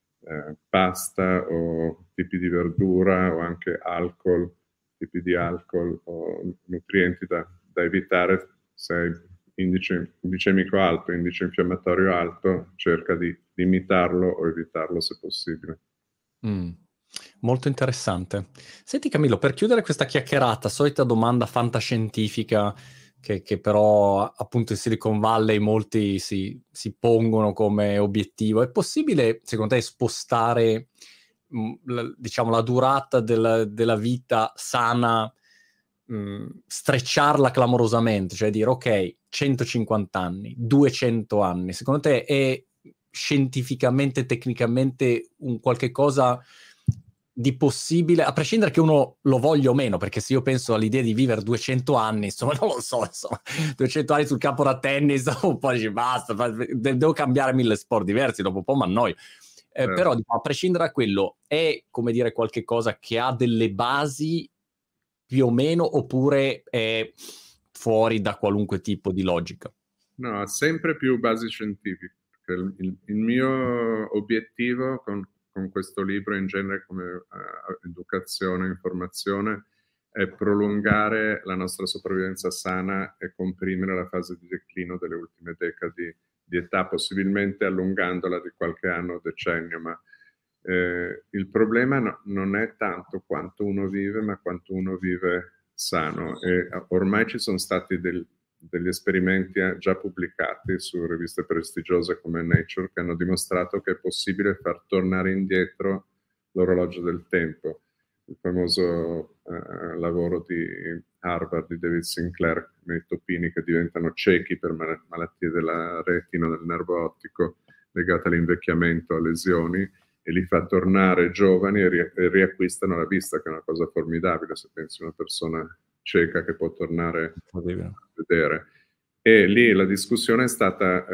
pasta o tipi di verdura o anche alcol, tipi di alcol o nutrienti da evitare. Se hai indice glicemico alto, indice infiammatorio alto, cerca di limitarlo o evitarlo se possibile. molto interessante. Senti Camillo, per chiudere questa chiacchierata, solita domanda fantascientifica che però appunto in Silicon Valley molti si pongono come obiettivo. È possibile, secondo te, spostare diciamo la durata della vita sana, strecciarla clamorosamente, cioè dire ok, 150 anni, 200 anni, secondo te è scientificamente, tecnicamente un qualche cosa di possibile, a prescindere che uno lo voglia o meno, perché se io penso all'idea di vivere 200 anni, insomma, non lo so, insomma, 200 anni sul campo da tennis, dopo un po' dici basta, devo cambiare 1000 sport diversi, dopo un po' mi annoio. Però a prescindere da quello, è come dire qualche cosa che ha delle basi più o meno, oppure è fuori da qualunque tipo di logica? No, ha sempre più basi scientifiche. Il mio obiettivo con questo libro, in genere come educazione, informazione, è prolungare la nostra sopravvivenza sana e comprimere la fase di declino delle ultime decadi di età, possibilmente allungandola di qualche anno o decennio, ma il problema non è tanto quanto uno vive, ma quanto uno vive sano. E ormai ci sono stati degli esperimenti già pubblicati su riviste prestigiose come Nature che hanno dimostrato che è possibile far tornare indietro l'orologio del tempo. Il famoso lavoro di Harvard di David Sinclair, nei topini che diventano ciechi per malattie della retina, del nervo ottico legate all'invecchiamento, a lesioni, e li fa tornare giovani e riacquistano la vista, che è una cosa formidabile se pensi a una persona cieca che può tornare a vedere. E lì la discussione è stata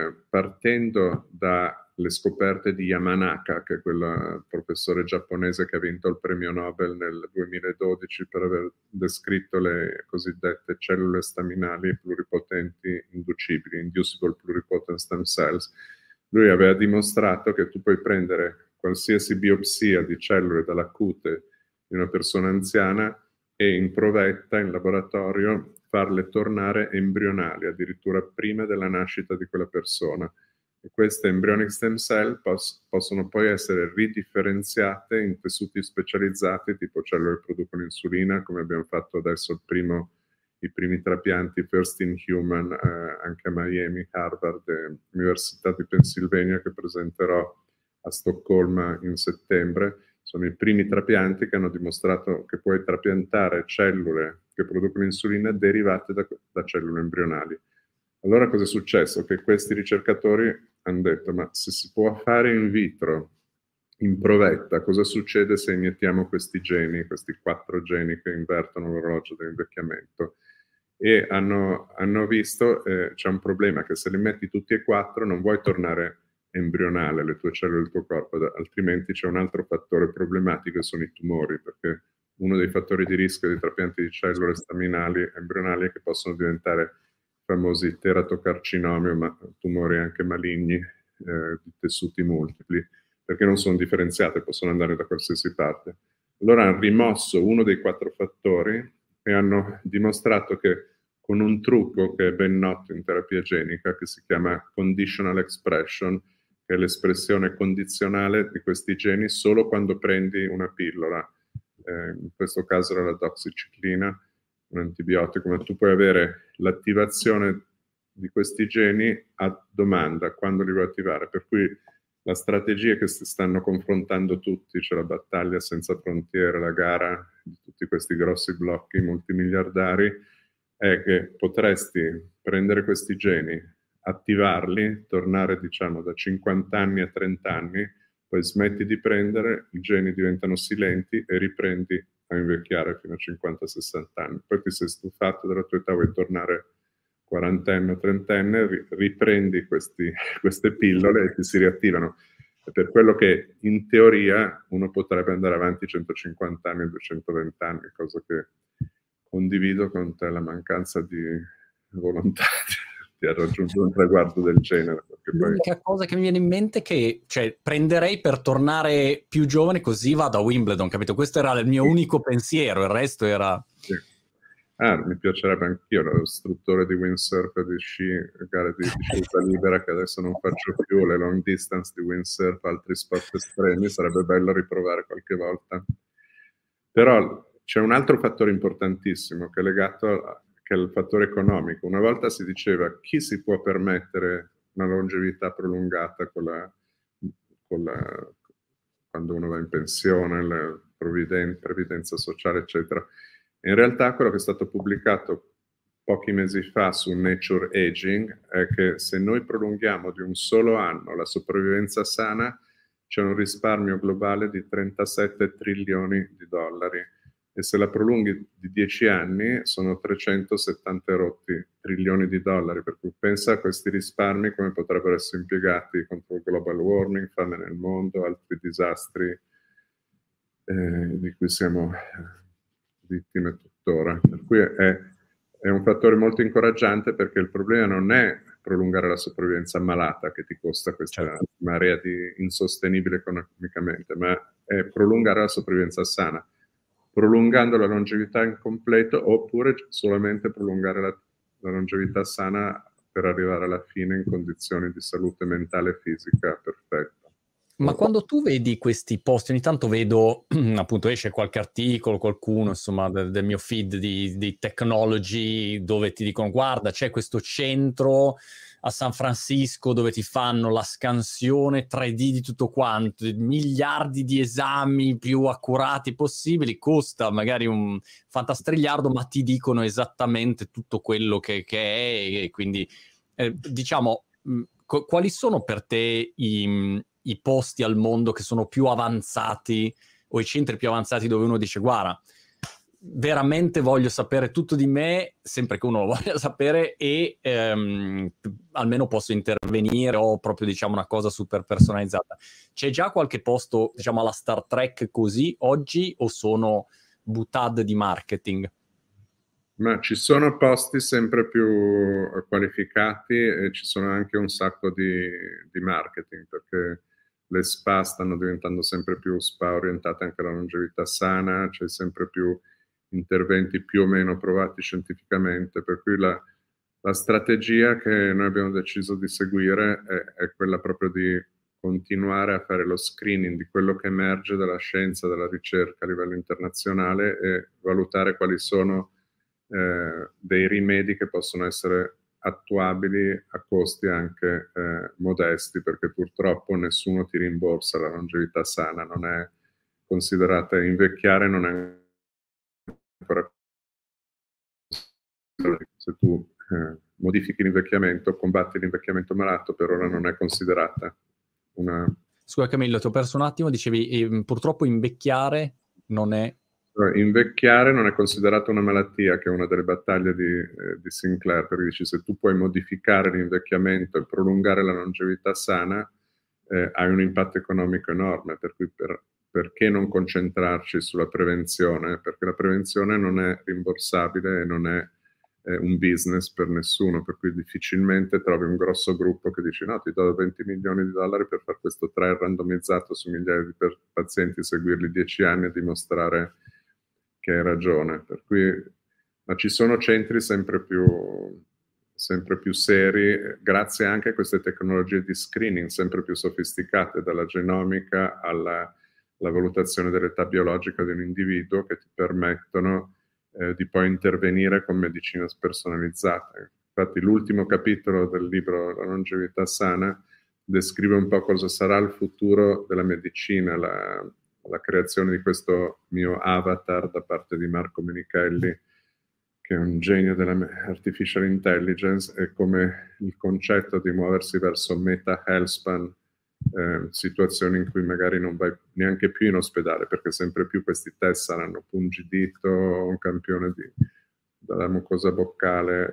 partendo dalle scoperte di Yamanaka, che è quel professore giapponese che ha vinto il premio Nobel nel 2012 per aver descritto le cosiddette cellule staminali pluripotenti inducibili, inducible pluripotent stem cells. Lui aveva dimostrato che tu puoi prendere qualsiasi biopsia di cellule dalla cute di una persona anziana e in provetta, in laboratorio, farle tornare embrionali, addirittura prima della nascita di quella persona. E queste embryonic stem cell possono poi essere ridifferenziate in tessuti specializzati, tipo cellule che producono insulina, come abbiamo fatto adesso i primi trapianti first in human anche a Miami, Harvard e Università di Pennsylvania, che presenterò a Stoccolma in settembre. Sono i primi trapianti che hanno dimostrato che puoi trapiantare cellule che producono insulina derivate da cellule embrionali. Allora cosa è successo? Che questi ricercatori hanno detto: ma se si può fare in vitro, in provetta, cosa succede se iniettiamo questi geni, questi 4 geni che invertono l'orologio dell'invecchiamento? E hanno visto c'è un problema, che se li metti tutti e 4 non vuoi tornare embrionale le tue cellule del tuo corpo, altrimenti c'è un altro fattore problematico e sono i tumori, perché uno dei fattori di rischio di trapianti di cellule staminali embrionali è che possono diventare famosi teratocarcinomi, ma tumori anche maligni di tessuti multipli, perché non sono differenziate, possono andare da qualsiasi parte. Allora hanno rimosso uno dei 4 fattori e hanno dimostrato che con un trucco che è ben noto in terapia genica, che si chiama conditional expression, che è l'espressione condizionale di questi geni solo quando prendi una pillola. In questo caso era la doxiciclina, un antibiotico, ma tu puoi avere l'attivazione di questi geni a domanda, quando li vuoi attivare. Per cui la strategia che si stanno confrontando tutti, c'è la battaglia senza frontiere, la gara di tutti questi grossi blocchi multimiliardari, è che potresti prendere questi geni, attivarli, tornare diciamo da 50 anni a 30 anni, poi smetti di prendere, i geni diventano silenti e riprendi a invecchiare fino a 50-60 anni. Poi ti sei stufato della tua età, vuoi tornare quarantenne o trentenne, riprendi queste pillole e ti si riattivano. È per quello che in teoria uno potrebbe andare avanti 150 anni, 220 anni, cosa che condivido con te, la mancanza di volontà di raggiungere un traguardo del genere. L'unica cosa che mi viene in mente è che prenderei per tornare più giovane, così vado a Wimbledon, capito? Questo era il mio unico pensiero, il resto era... Sì. Mi piacerebbe anch'io, ero istruttore di windsurf e di sci, gare di discesa libera che adesso non faccio più, le long distance di windsurf, altri sport estremi, sarebbe bello riprovare qualche volta. Però c'è un altro fattore importantissimo che è legato che è il fattore economico. Una volta si diceva chi si può permettere una longevità prolungata quando uno va in pensione, la previdenza sociale, eccetera. In realtà quello che è stato pubblicato pochi mesi fa su Nature Aging è che se noi prolunghiamo di un solo anno la sopravvivenza sana, c'è un risparmio globale di 37 trilioni di dollari e se la prolunghi di 10 anni sono 370 rotti trilioni di dollari, per cui pensa a questi risparmi come potrebbero essere impiegati contro il global warming, fame nel mondo, altri disastri di cui siamo vittime tuttora. Per cui è un fattore molto incoraggiante, perché il problema non è prolungare la sopravvivenza malata che ti costa questa marea di insostenibile economicamente, ma è prolungare la sopravvivenza sana, prolungando la longevità in completo oppure solamente prolungare la longevità sana per arrivare alla fine in condizioni di salute mentale e fisica perfetta. Ma quando tu vedi questi post, ogni tanto vedo, appunto esce qualche articolo, qualcuno insomma del mio feed di technology, dove ti dicono guarda c'è questo centro a San Francisco dove ti fanno la scansione 3D di tutto quanto, miliardi di esami più accurati possibili, costa magari un fantastrigliardo, ma ti dicono esattamente tutto quello che è, e quindi diciamo quali sono per te i posti al mondo che sono più avanzati, o i centri più avanzati dove uno dice guarda, veramente voglio sapere tutto di me, sempre che uno lo voglia sapere, e almeno posso intervenire, o proprio diciamo una cosa super personalizzata. C'è già qualche posto diciamo alla Star Trek così oggi, o sono butade di marketing? Ma ci sono posti sempre più qualificati e ci sono anche un sacco di marketing, perché le spa stanno diventando sempre più spa orientate anche alla longevità sana, c'è sempre più interventi più o meno provati scientificamente, per cui la strategia che noi abbiamo deciso di seguire è quella proprio di continuare a fare lo screening di quello che emerge dalla scienza, dalla ricerca a livello internazionale, e valutare quali sono dei rimedi che possono essere attuabili a costi anche modesti, perché purtroppo nessuno ti rimborsa la longevità sana, non è considerata, invecchiare non è ancora, se tu modifichi l'invecchiamento, combatti l'invecchiamento malato, per ora non è considerata una... Scusa Camillo, ti ho perso un attimo, dicevi purtroppo invecchiare non è... Invecchiare non è considerata una malattia, che è una delle battaglie di Sinclair, perché dici se tu puoi modificare l'invecchiamento e prolungare la longevità sana, hai un impatto economico enorme, per cui perché non concentrarci sulla prevenzione? Perché la prevenzione non è rimborsabile e non è un business per nessuno, per cui difficilmente trovi un grosso gruppo che dice no, ti do 20 milioni di dollari per fare questo trial randomizzato su migliaia di pazienti, seguirli 10 anni e dimostrare che hai ragione. Per cui, ma ci sono centri sempre più seri, grazie anche a queste tecnologie di screening sempre più sofisticate, dalla genomica alla valutazione dell'età biologica di un individuo, che ti permettono di poi intervenire con medicina personalizzata. Infatti l'ultimo capitolo del libro La longevità sana descrive un po' cosa sarà il futuro della medicina, la creazione di questo mio avatar da parte di Marco Menichelli, che è un genio dell'artificial intelligence, e come il concetto di muoversi verso meta healthspan, situazioni in cui magari non vai neanche più in ospedale, perché sempre più questi test saranno pungidito, un campione dalla mucosa boccale,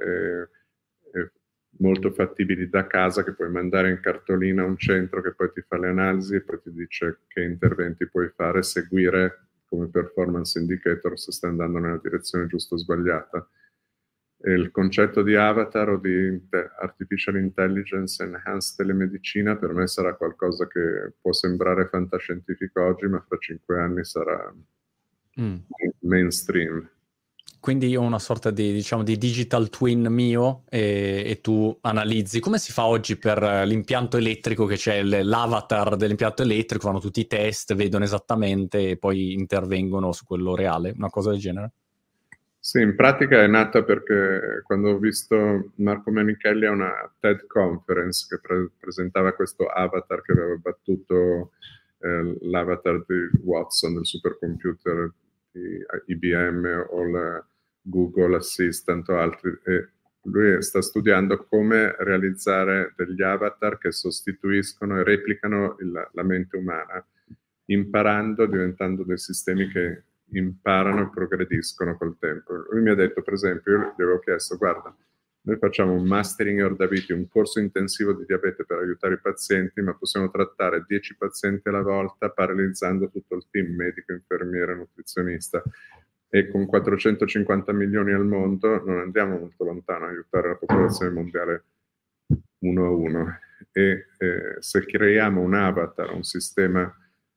e molto fattibili da casa, che puoi mandare in cartolina a un centro che poi ti fa le analisi e poi ti dice che interventi puoi fare, seguire come performance indicator se stai andando nella direzione giusta o sbagliata. E il concetto di avatar o di artificial intelligence enhanced telemedicina per me sarà qualcosa che può sembrare fantascientifico oggi, ma fra 5 anni sarà mainstream. Quindi una sorta di, diciamo, di digital twin mio e tu analizzi. Come si fa oggi per l'impianto elettrico, che c'è l'avatar dell'impianto elettrico, fanno tutti i test, vedono esattamente e poi intervengono su quello reale, una cosa del genere? Sì, in pratica è nata perché quando ho visto Marco Menichelli a una TED Conference che presentava questo avatar che aveva battuto l'avatar di Watson, del supercomputer di IBM o il Google Assistant o altri, e lui sta studiando come realizzare degli avatar che sostituiscono e replicano la mente umana, imparando, diventando dei sistemi che imparano e progrediscono col tempo. Lui mi ha detto, per esempio, io gli avevo chiesto, guarda, noi facciamo un Mastering Your Diabetes, un corso intensivo di diabete per aiutare i pazienti, ma possiamo trattare 10 pazienti alla volta, paralizzando tutto il team medico, infermiere, nutrizionista. E con 450 milioni al mondo non andiamo molto lontano a aiutare la popolazione mondiale uno a uno. E se creiamo un avatar, un sistema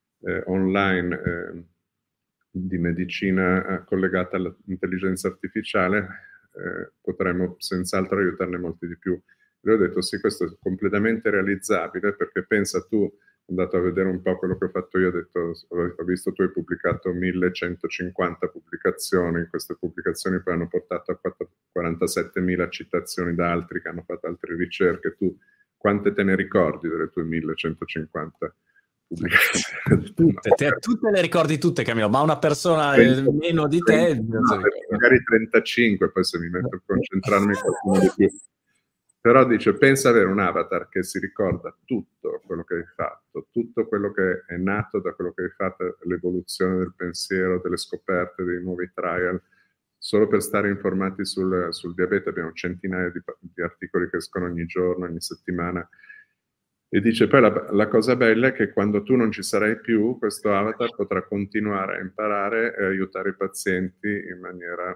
online di medicina collegata all'intelligenza artificiale, potremmo senz'altro aiutarne molti di più. E ho detto sì, questo è completamente realizzabile, perché pensa tu, andato a vedere un po' quello che ho fatto io, ho detto, ho visto tu hai pubblicato 1150 pubblicazioni, queste pubblicazioni poi hanno portato a 47.000 citazioni da altri che hanno fatto altre ricerche. Tu quante te ne ricordi delle tue 1150 pubblicazioni? Tutte le ricordi tutte, Camillo, ma una persona meno di te... magari 35, poi se mi metto a concentrarmi qualcuno di più. Però dice, pensa avere un avatar che si ricorda tutto quello che hai fatto, tutto quello che è nato da quello che hai fatto, l'evoluzione del pensiero, delle scoperte, dei nuovi trial. Solo per stare informati sul diabete abbiamo centinaia di articoli che escono ogni giorno, ogni settimana. E dice poi la cosa bella è che quando tu non ci sarai più, questo avatar potrà continuare a imparare e aiutare i pazienti in maniera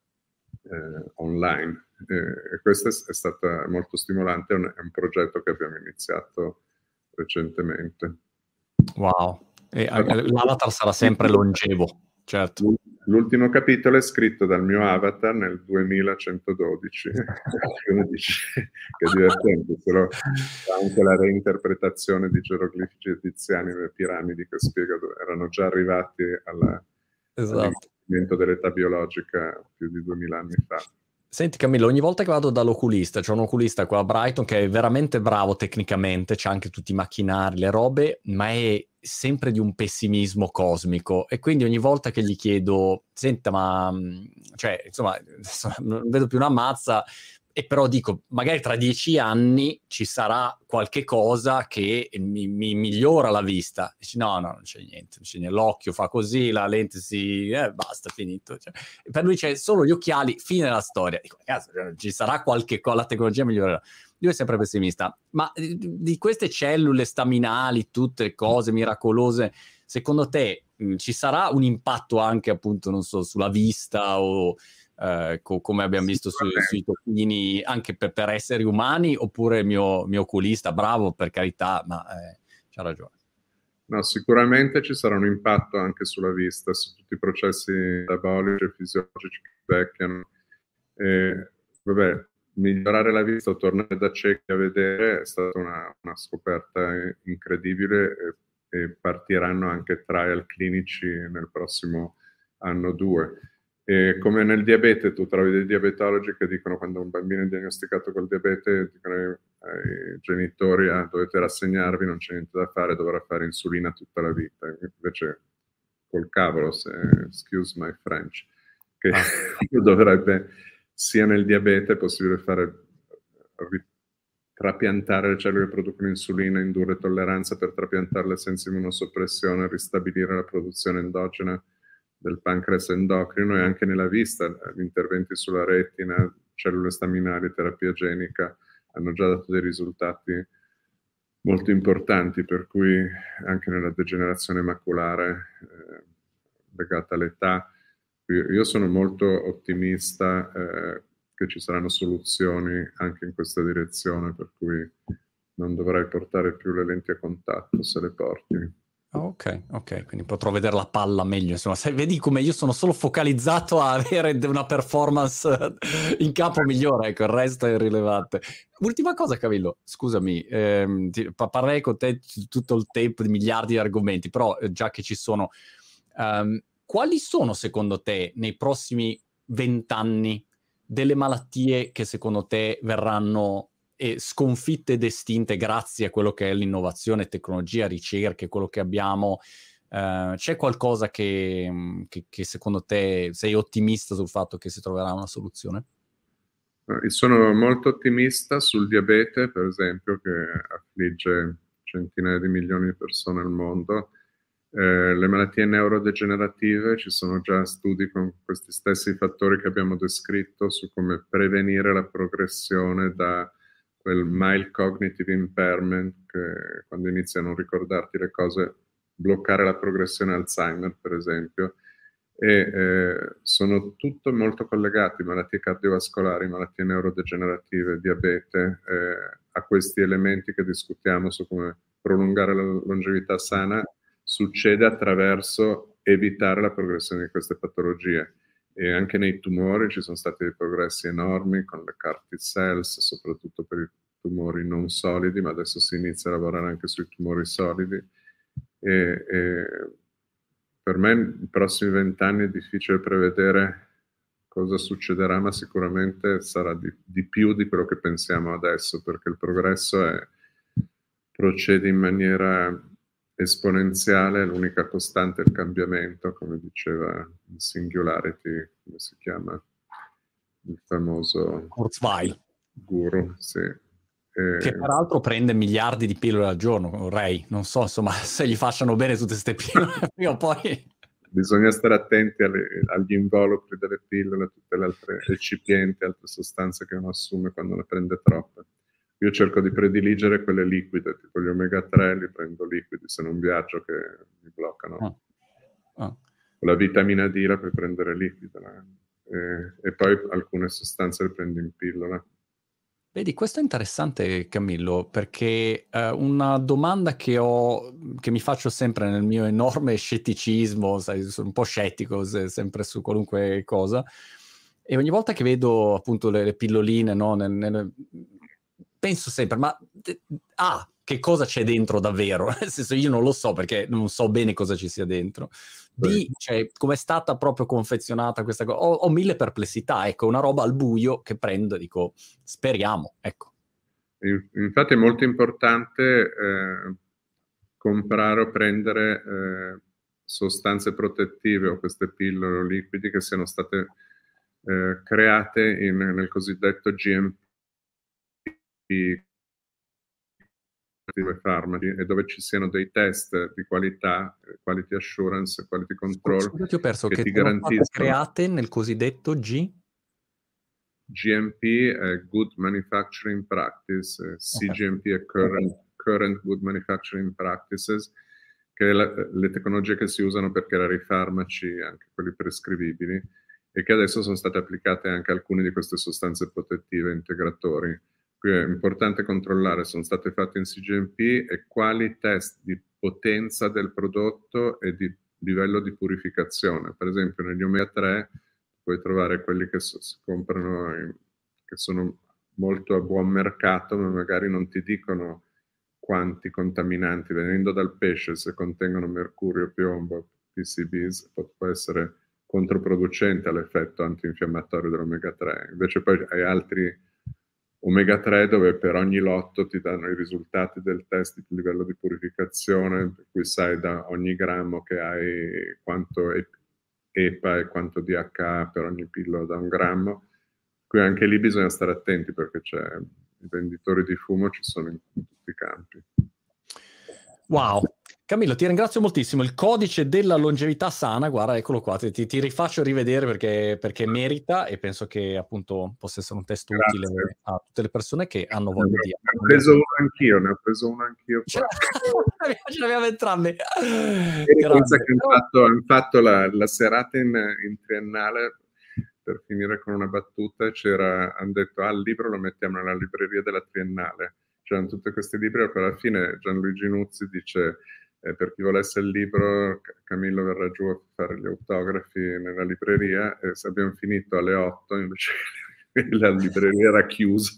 online. E questo è stato molto stimolante, è un progetto che abbiamo iniziato recentemente. Wow, e l'avatar sarà sempre longevo, certo. L'ultimo capitolo è scritto dal mio avatar nel 2112, che è divertente, però anche la reinterpretazione di geroglifici egiziani delle piramidi che spiega dove erano già arrivati all'investimento dell'età biologica più di 2000 anni fa. Senti Camillo, ogni volta che vado dall'oculista, c'è un oculista qua a Brighton che è veramente bravo tecnicamente, c'ha anche tutti i macchinari, le robe, ma è sempre di un pessimismo cosmico, e quindi ogni volta che gli chiedo, senta, ma cioè, insomma, non vedo più una mazza, e però dico, magari tra 10 anni ci sarà qualche cosa che mi migliora la vista. Dici, no, non c'è niente, l'occhio fa così, la lente basta, finito. Cioè, per lui c'è solo gli occhiali, fine della storia. Dico, ragazzi, ci sarà qualche cosa, la tecnologia migliorerà. Lui è sempre pessimista. Ma di queste cellule staminali, tutte le cose miracolose, secondo te ci sarà un impatto anche, appunto, non so, sulla vista o... come abbiamo visto sui tocchini, anche per esseri umani, oppure mio oculista, bravo per carità, ma c'ha ragione. No, sicuramente ci sarà un impatto anche sulla vista, su tutti i processi metabolici e fisiologici che invecchiano. Vabbè, migliorare la vista o tornare da ciechi a vedere è stata una scoperta incredibile, e partiranno anche trial clinici nel prossimo anno o 2. E come nel diabete, tu trovi dei diabetologi che dicono, quando un bambino è diagnosticato col diabete, dicono ai genitori, dovete rassegnarvi, non c'è niente da fare, dovrà fare insulina tutta la vita. Invece col cavolo, excuse my French, che dovrebbe, sia nel diabete è possibile fare trapiantare le cellule che producono insulina, indurre tolleranza per trapiantarle senza immunosoppressione, ristabilire la produzione endogena del pancreas endocrino, e anche nella vista gli interventi sulla retina, cellule staminali, terapia genica hanno già dato dei risultati molto importanti, per cui anche nella degenerazione maculare legata all'età. Io sono molto ottimista che ci saranno soluzioni anche in questa direzione, per cui non dovrai portare più le lenti a contatto se le porti. Ok, quindi potrò vedere la palla meglio, insomma, vedi come io sono solo focalizzato a avere una performance in campo migliore, ecco, il resto è irrilevante. Ultima cosa, Camillo, scusami, parlerei con te tutto il tempo di miliardi di argomenti, però già che ci sono, quali sono secondo te nei prossimi 20 anni delle malattie che secondo te verranno sconfitte ed estinte grazie a quello che è l'innovazione, tecnologia, ricerche, quello che abbiamo? C'è qualcosa che secondo te sei ottimista sul fatto che si troverà una soluzione? Sono molto ottimista sul diabete, per esempio, che affligge centinaia di milioni di persone al mondo. Le malattie neurodegenerative, ci sono già studi con questi stessi fattori che abbiamo descritto su come prevenire la progressione da quel mild cognitive impairment, che quando inizi a non ricordarti le cose, bloccare la progressione Alzheimer, per esempio. Sono tutto molto collegati, malattie cardiovascolari, malattie neurodegenerative, diabete, a questi elementi che discutiamo su come prolungare la longevità sana. Succede attraverso evitare la progressione di queste patologie. E anche nei tumori ci sono stati dei progressi enormi con le CAR T-cells, soprattutto per i tumori non solidi, ma adesso si inizia a lavorare anche sui tumori solidi. E per me nei prossimi 20 anni è difficile prevedere cosa succederà, ma sicuramente sarà di più di quello che pensiamo adesso, perché il progresso procede in maniera esponenziale, l'unica costante è il cambiamento, come diceva in Singularity, come si chiama, il famoso Kurzweil, guru, sì. che peraltro prende miliardi di pillole al giorno, vorrei, non so, insomma, se gli facciano bene tutte queste pillole, prima o poi... Bisogna stare attenti agli involucri delle pillole, a tutte le altre eccipienti, altre sostanze che uno assume quando ne prende troppe. Io cerco di prediligere quelle liquide, tipo gli omega 3 li prendo liquidi, se non viaggio che mi bloccano. La vitamina D la puoi prendere liquida, e poi alcune sostanze le prendi in pillola. Vedi, questo è interessante, Camillo, perché una domanda che mi faccio sempre nel mio enorme scetticismo, sai, sono un po' scettico sempre su qualunque cosa, e ogni volta che vedo appunto le pilloline, no, penso sempre, ma che cosa c'è dentro davvero? Nel senso, io non lo so perché non so bene cosa ci sia dentro. Cioè, come è stata proprio confezionata questa cosa? Ho mille perplessità, ecco, una roba al buio che prendo e dico, speriamo, ecco. Infatti è molto importante comprare o prendere sostanze protettive o queste pillole o liquidi che siano state create nel cosiddetto GMP farmaci, e dove ci siano dei test di qualità, quality assurance, quality control. Scusa, ti ho perso, che ti sono state garantiscono create nel cosiddetto GMP è Good Manufacturing Practice, CGMP è Current Good Manufacturing Practices, che è le tecnologie che si usano per creare i farmaci, anche quelli prescrivibili, e che adesso sono state applicate anche a alcune di queste sostanze protettive integratori. Qui è importante controllare se sono state fatte in CGMP e quali test di potenza del prodotto e di livello di purificazione. Per esempio negli omega 3 puoi trovare quelli che si comprano, che sono molto a buon mercato, ma magari non ti dicono quanti contaminanti, venendo dal pesce, se contengono mercurio, piombo, PCBs, può essere controproducente all'effetto antinfiammatorio dell'omega 3. Invece poi hai altri omega 3 dove per ogni lotto ti danno i risultati del test di livello di purificazione, per cui sai da ogni grammo che hai quanto EPA e quanto DHA per ogni pillola da un grammo. Qui anche lì bisogna stare attenti perché i venditori di fumo ci sono in tutti i campi. Wow, Camillo, ti ringrazio moltissimo. Il codice della longevità sana, guarda, eccolo qua, ti rifaccio rivedere perché merita, e penso che appunto possa essere un testo utile a tutte le persone che hanno voglia di... Ne ho preso uno anch'io qua. Ce l'abbiamo entrambi. Pensa che hanno fatto la serata in triennale, per finire con una battuta, hanno detto, il libro lo mettiamo nella libreria della triennale. C'erano tutti questi libri, e alla fine Gianluigi Nuzzi dice, Per chi volesse il libro, Camillo verrà giù a fare gli autografi nella libreria, e se abbiamo finito alle 8 invece la libreria era chiusa.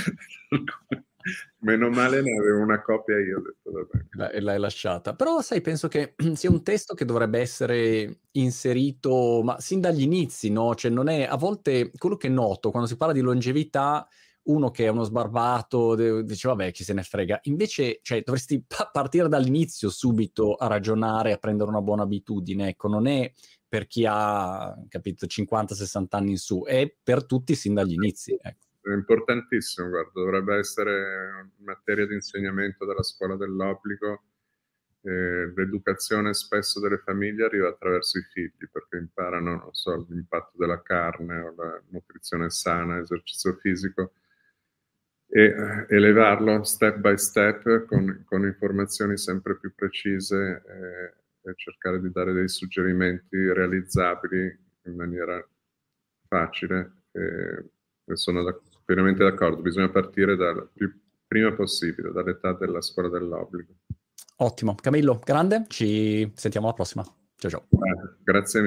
Meno male ne avevo una copia io, ho detto vabbè. E l'hai lasciata. Però sai, penso che sia un testo che dovrebbe essere inserito, ma sin dagli inizi, no? Cioè non è, a volte, quello che noto quando si parla di longevità, uno che è uno sbarbato dice vabbè, chi se ne frega. Invece, cioè, dovresti partire dall'inizio subito a ragionare, a prendere una buona abitudine. Ecco, non è per chi ha, capito, 50-60 anni in su, è per tutti sin dagli inizi. Ecco. È importantissimo, guarda, dovrebbe essere materia di insegnamento della scuola dell'obbligo. L'educazione spesso delle famiglie arriva attraverso i figli, perché imparano, non so, l'impatto della carne o la nutrizione sana, esercizio fisico, e elevarlo step by step con informazioni sempre più precise, e cercare di dare dei suggerimenti realizzabili in maniera facile. E sono pienamente d'accordo, bisogna partire dal più prima possibile, dall'età della scuola dell'obbligo. Ottimo. Camillo, grande, ci sentiamo alla prossima. Ciao ciao. Grazie mille.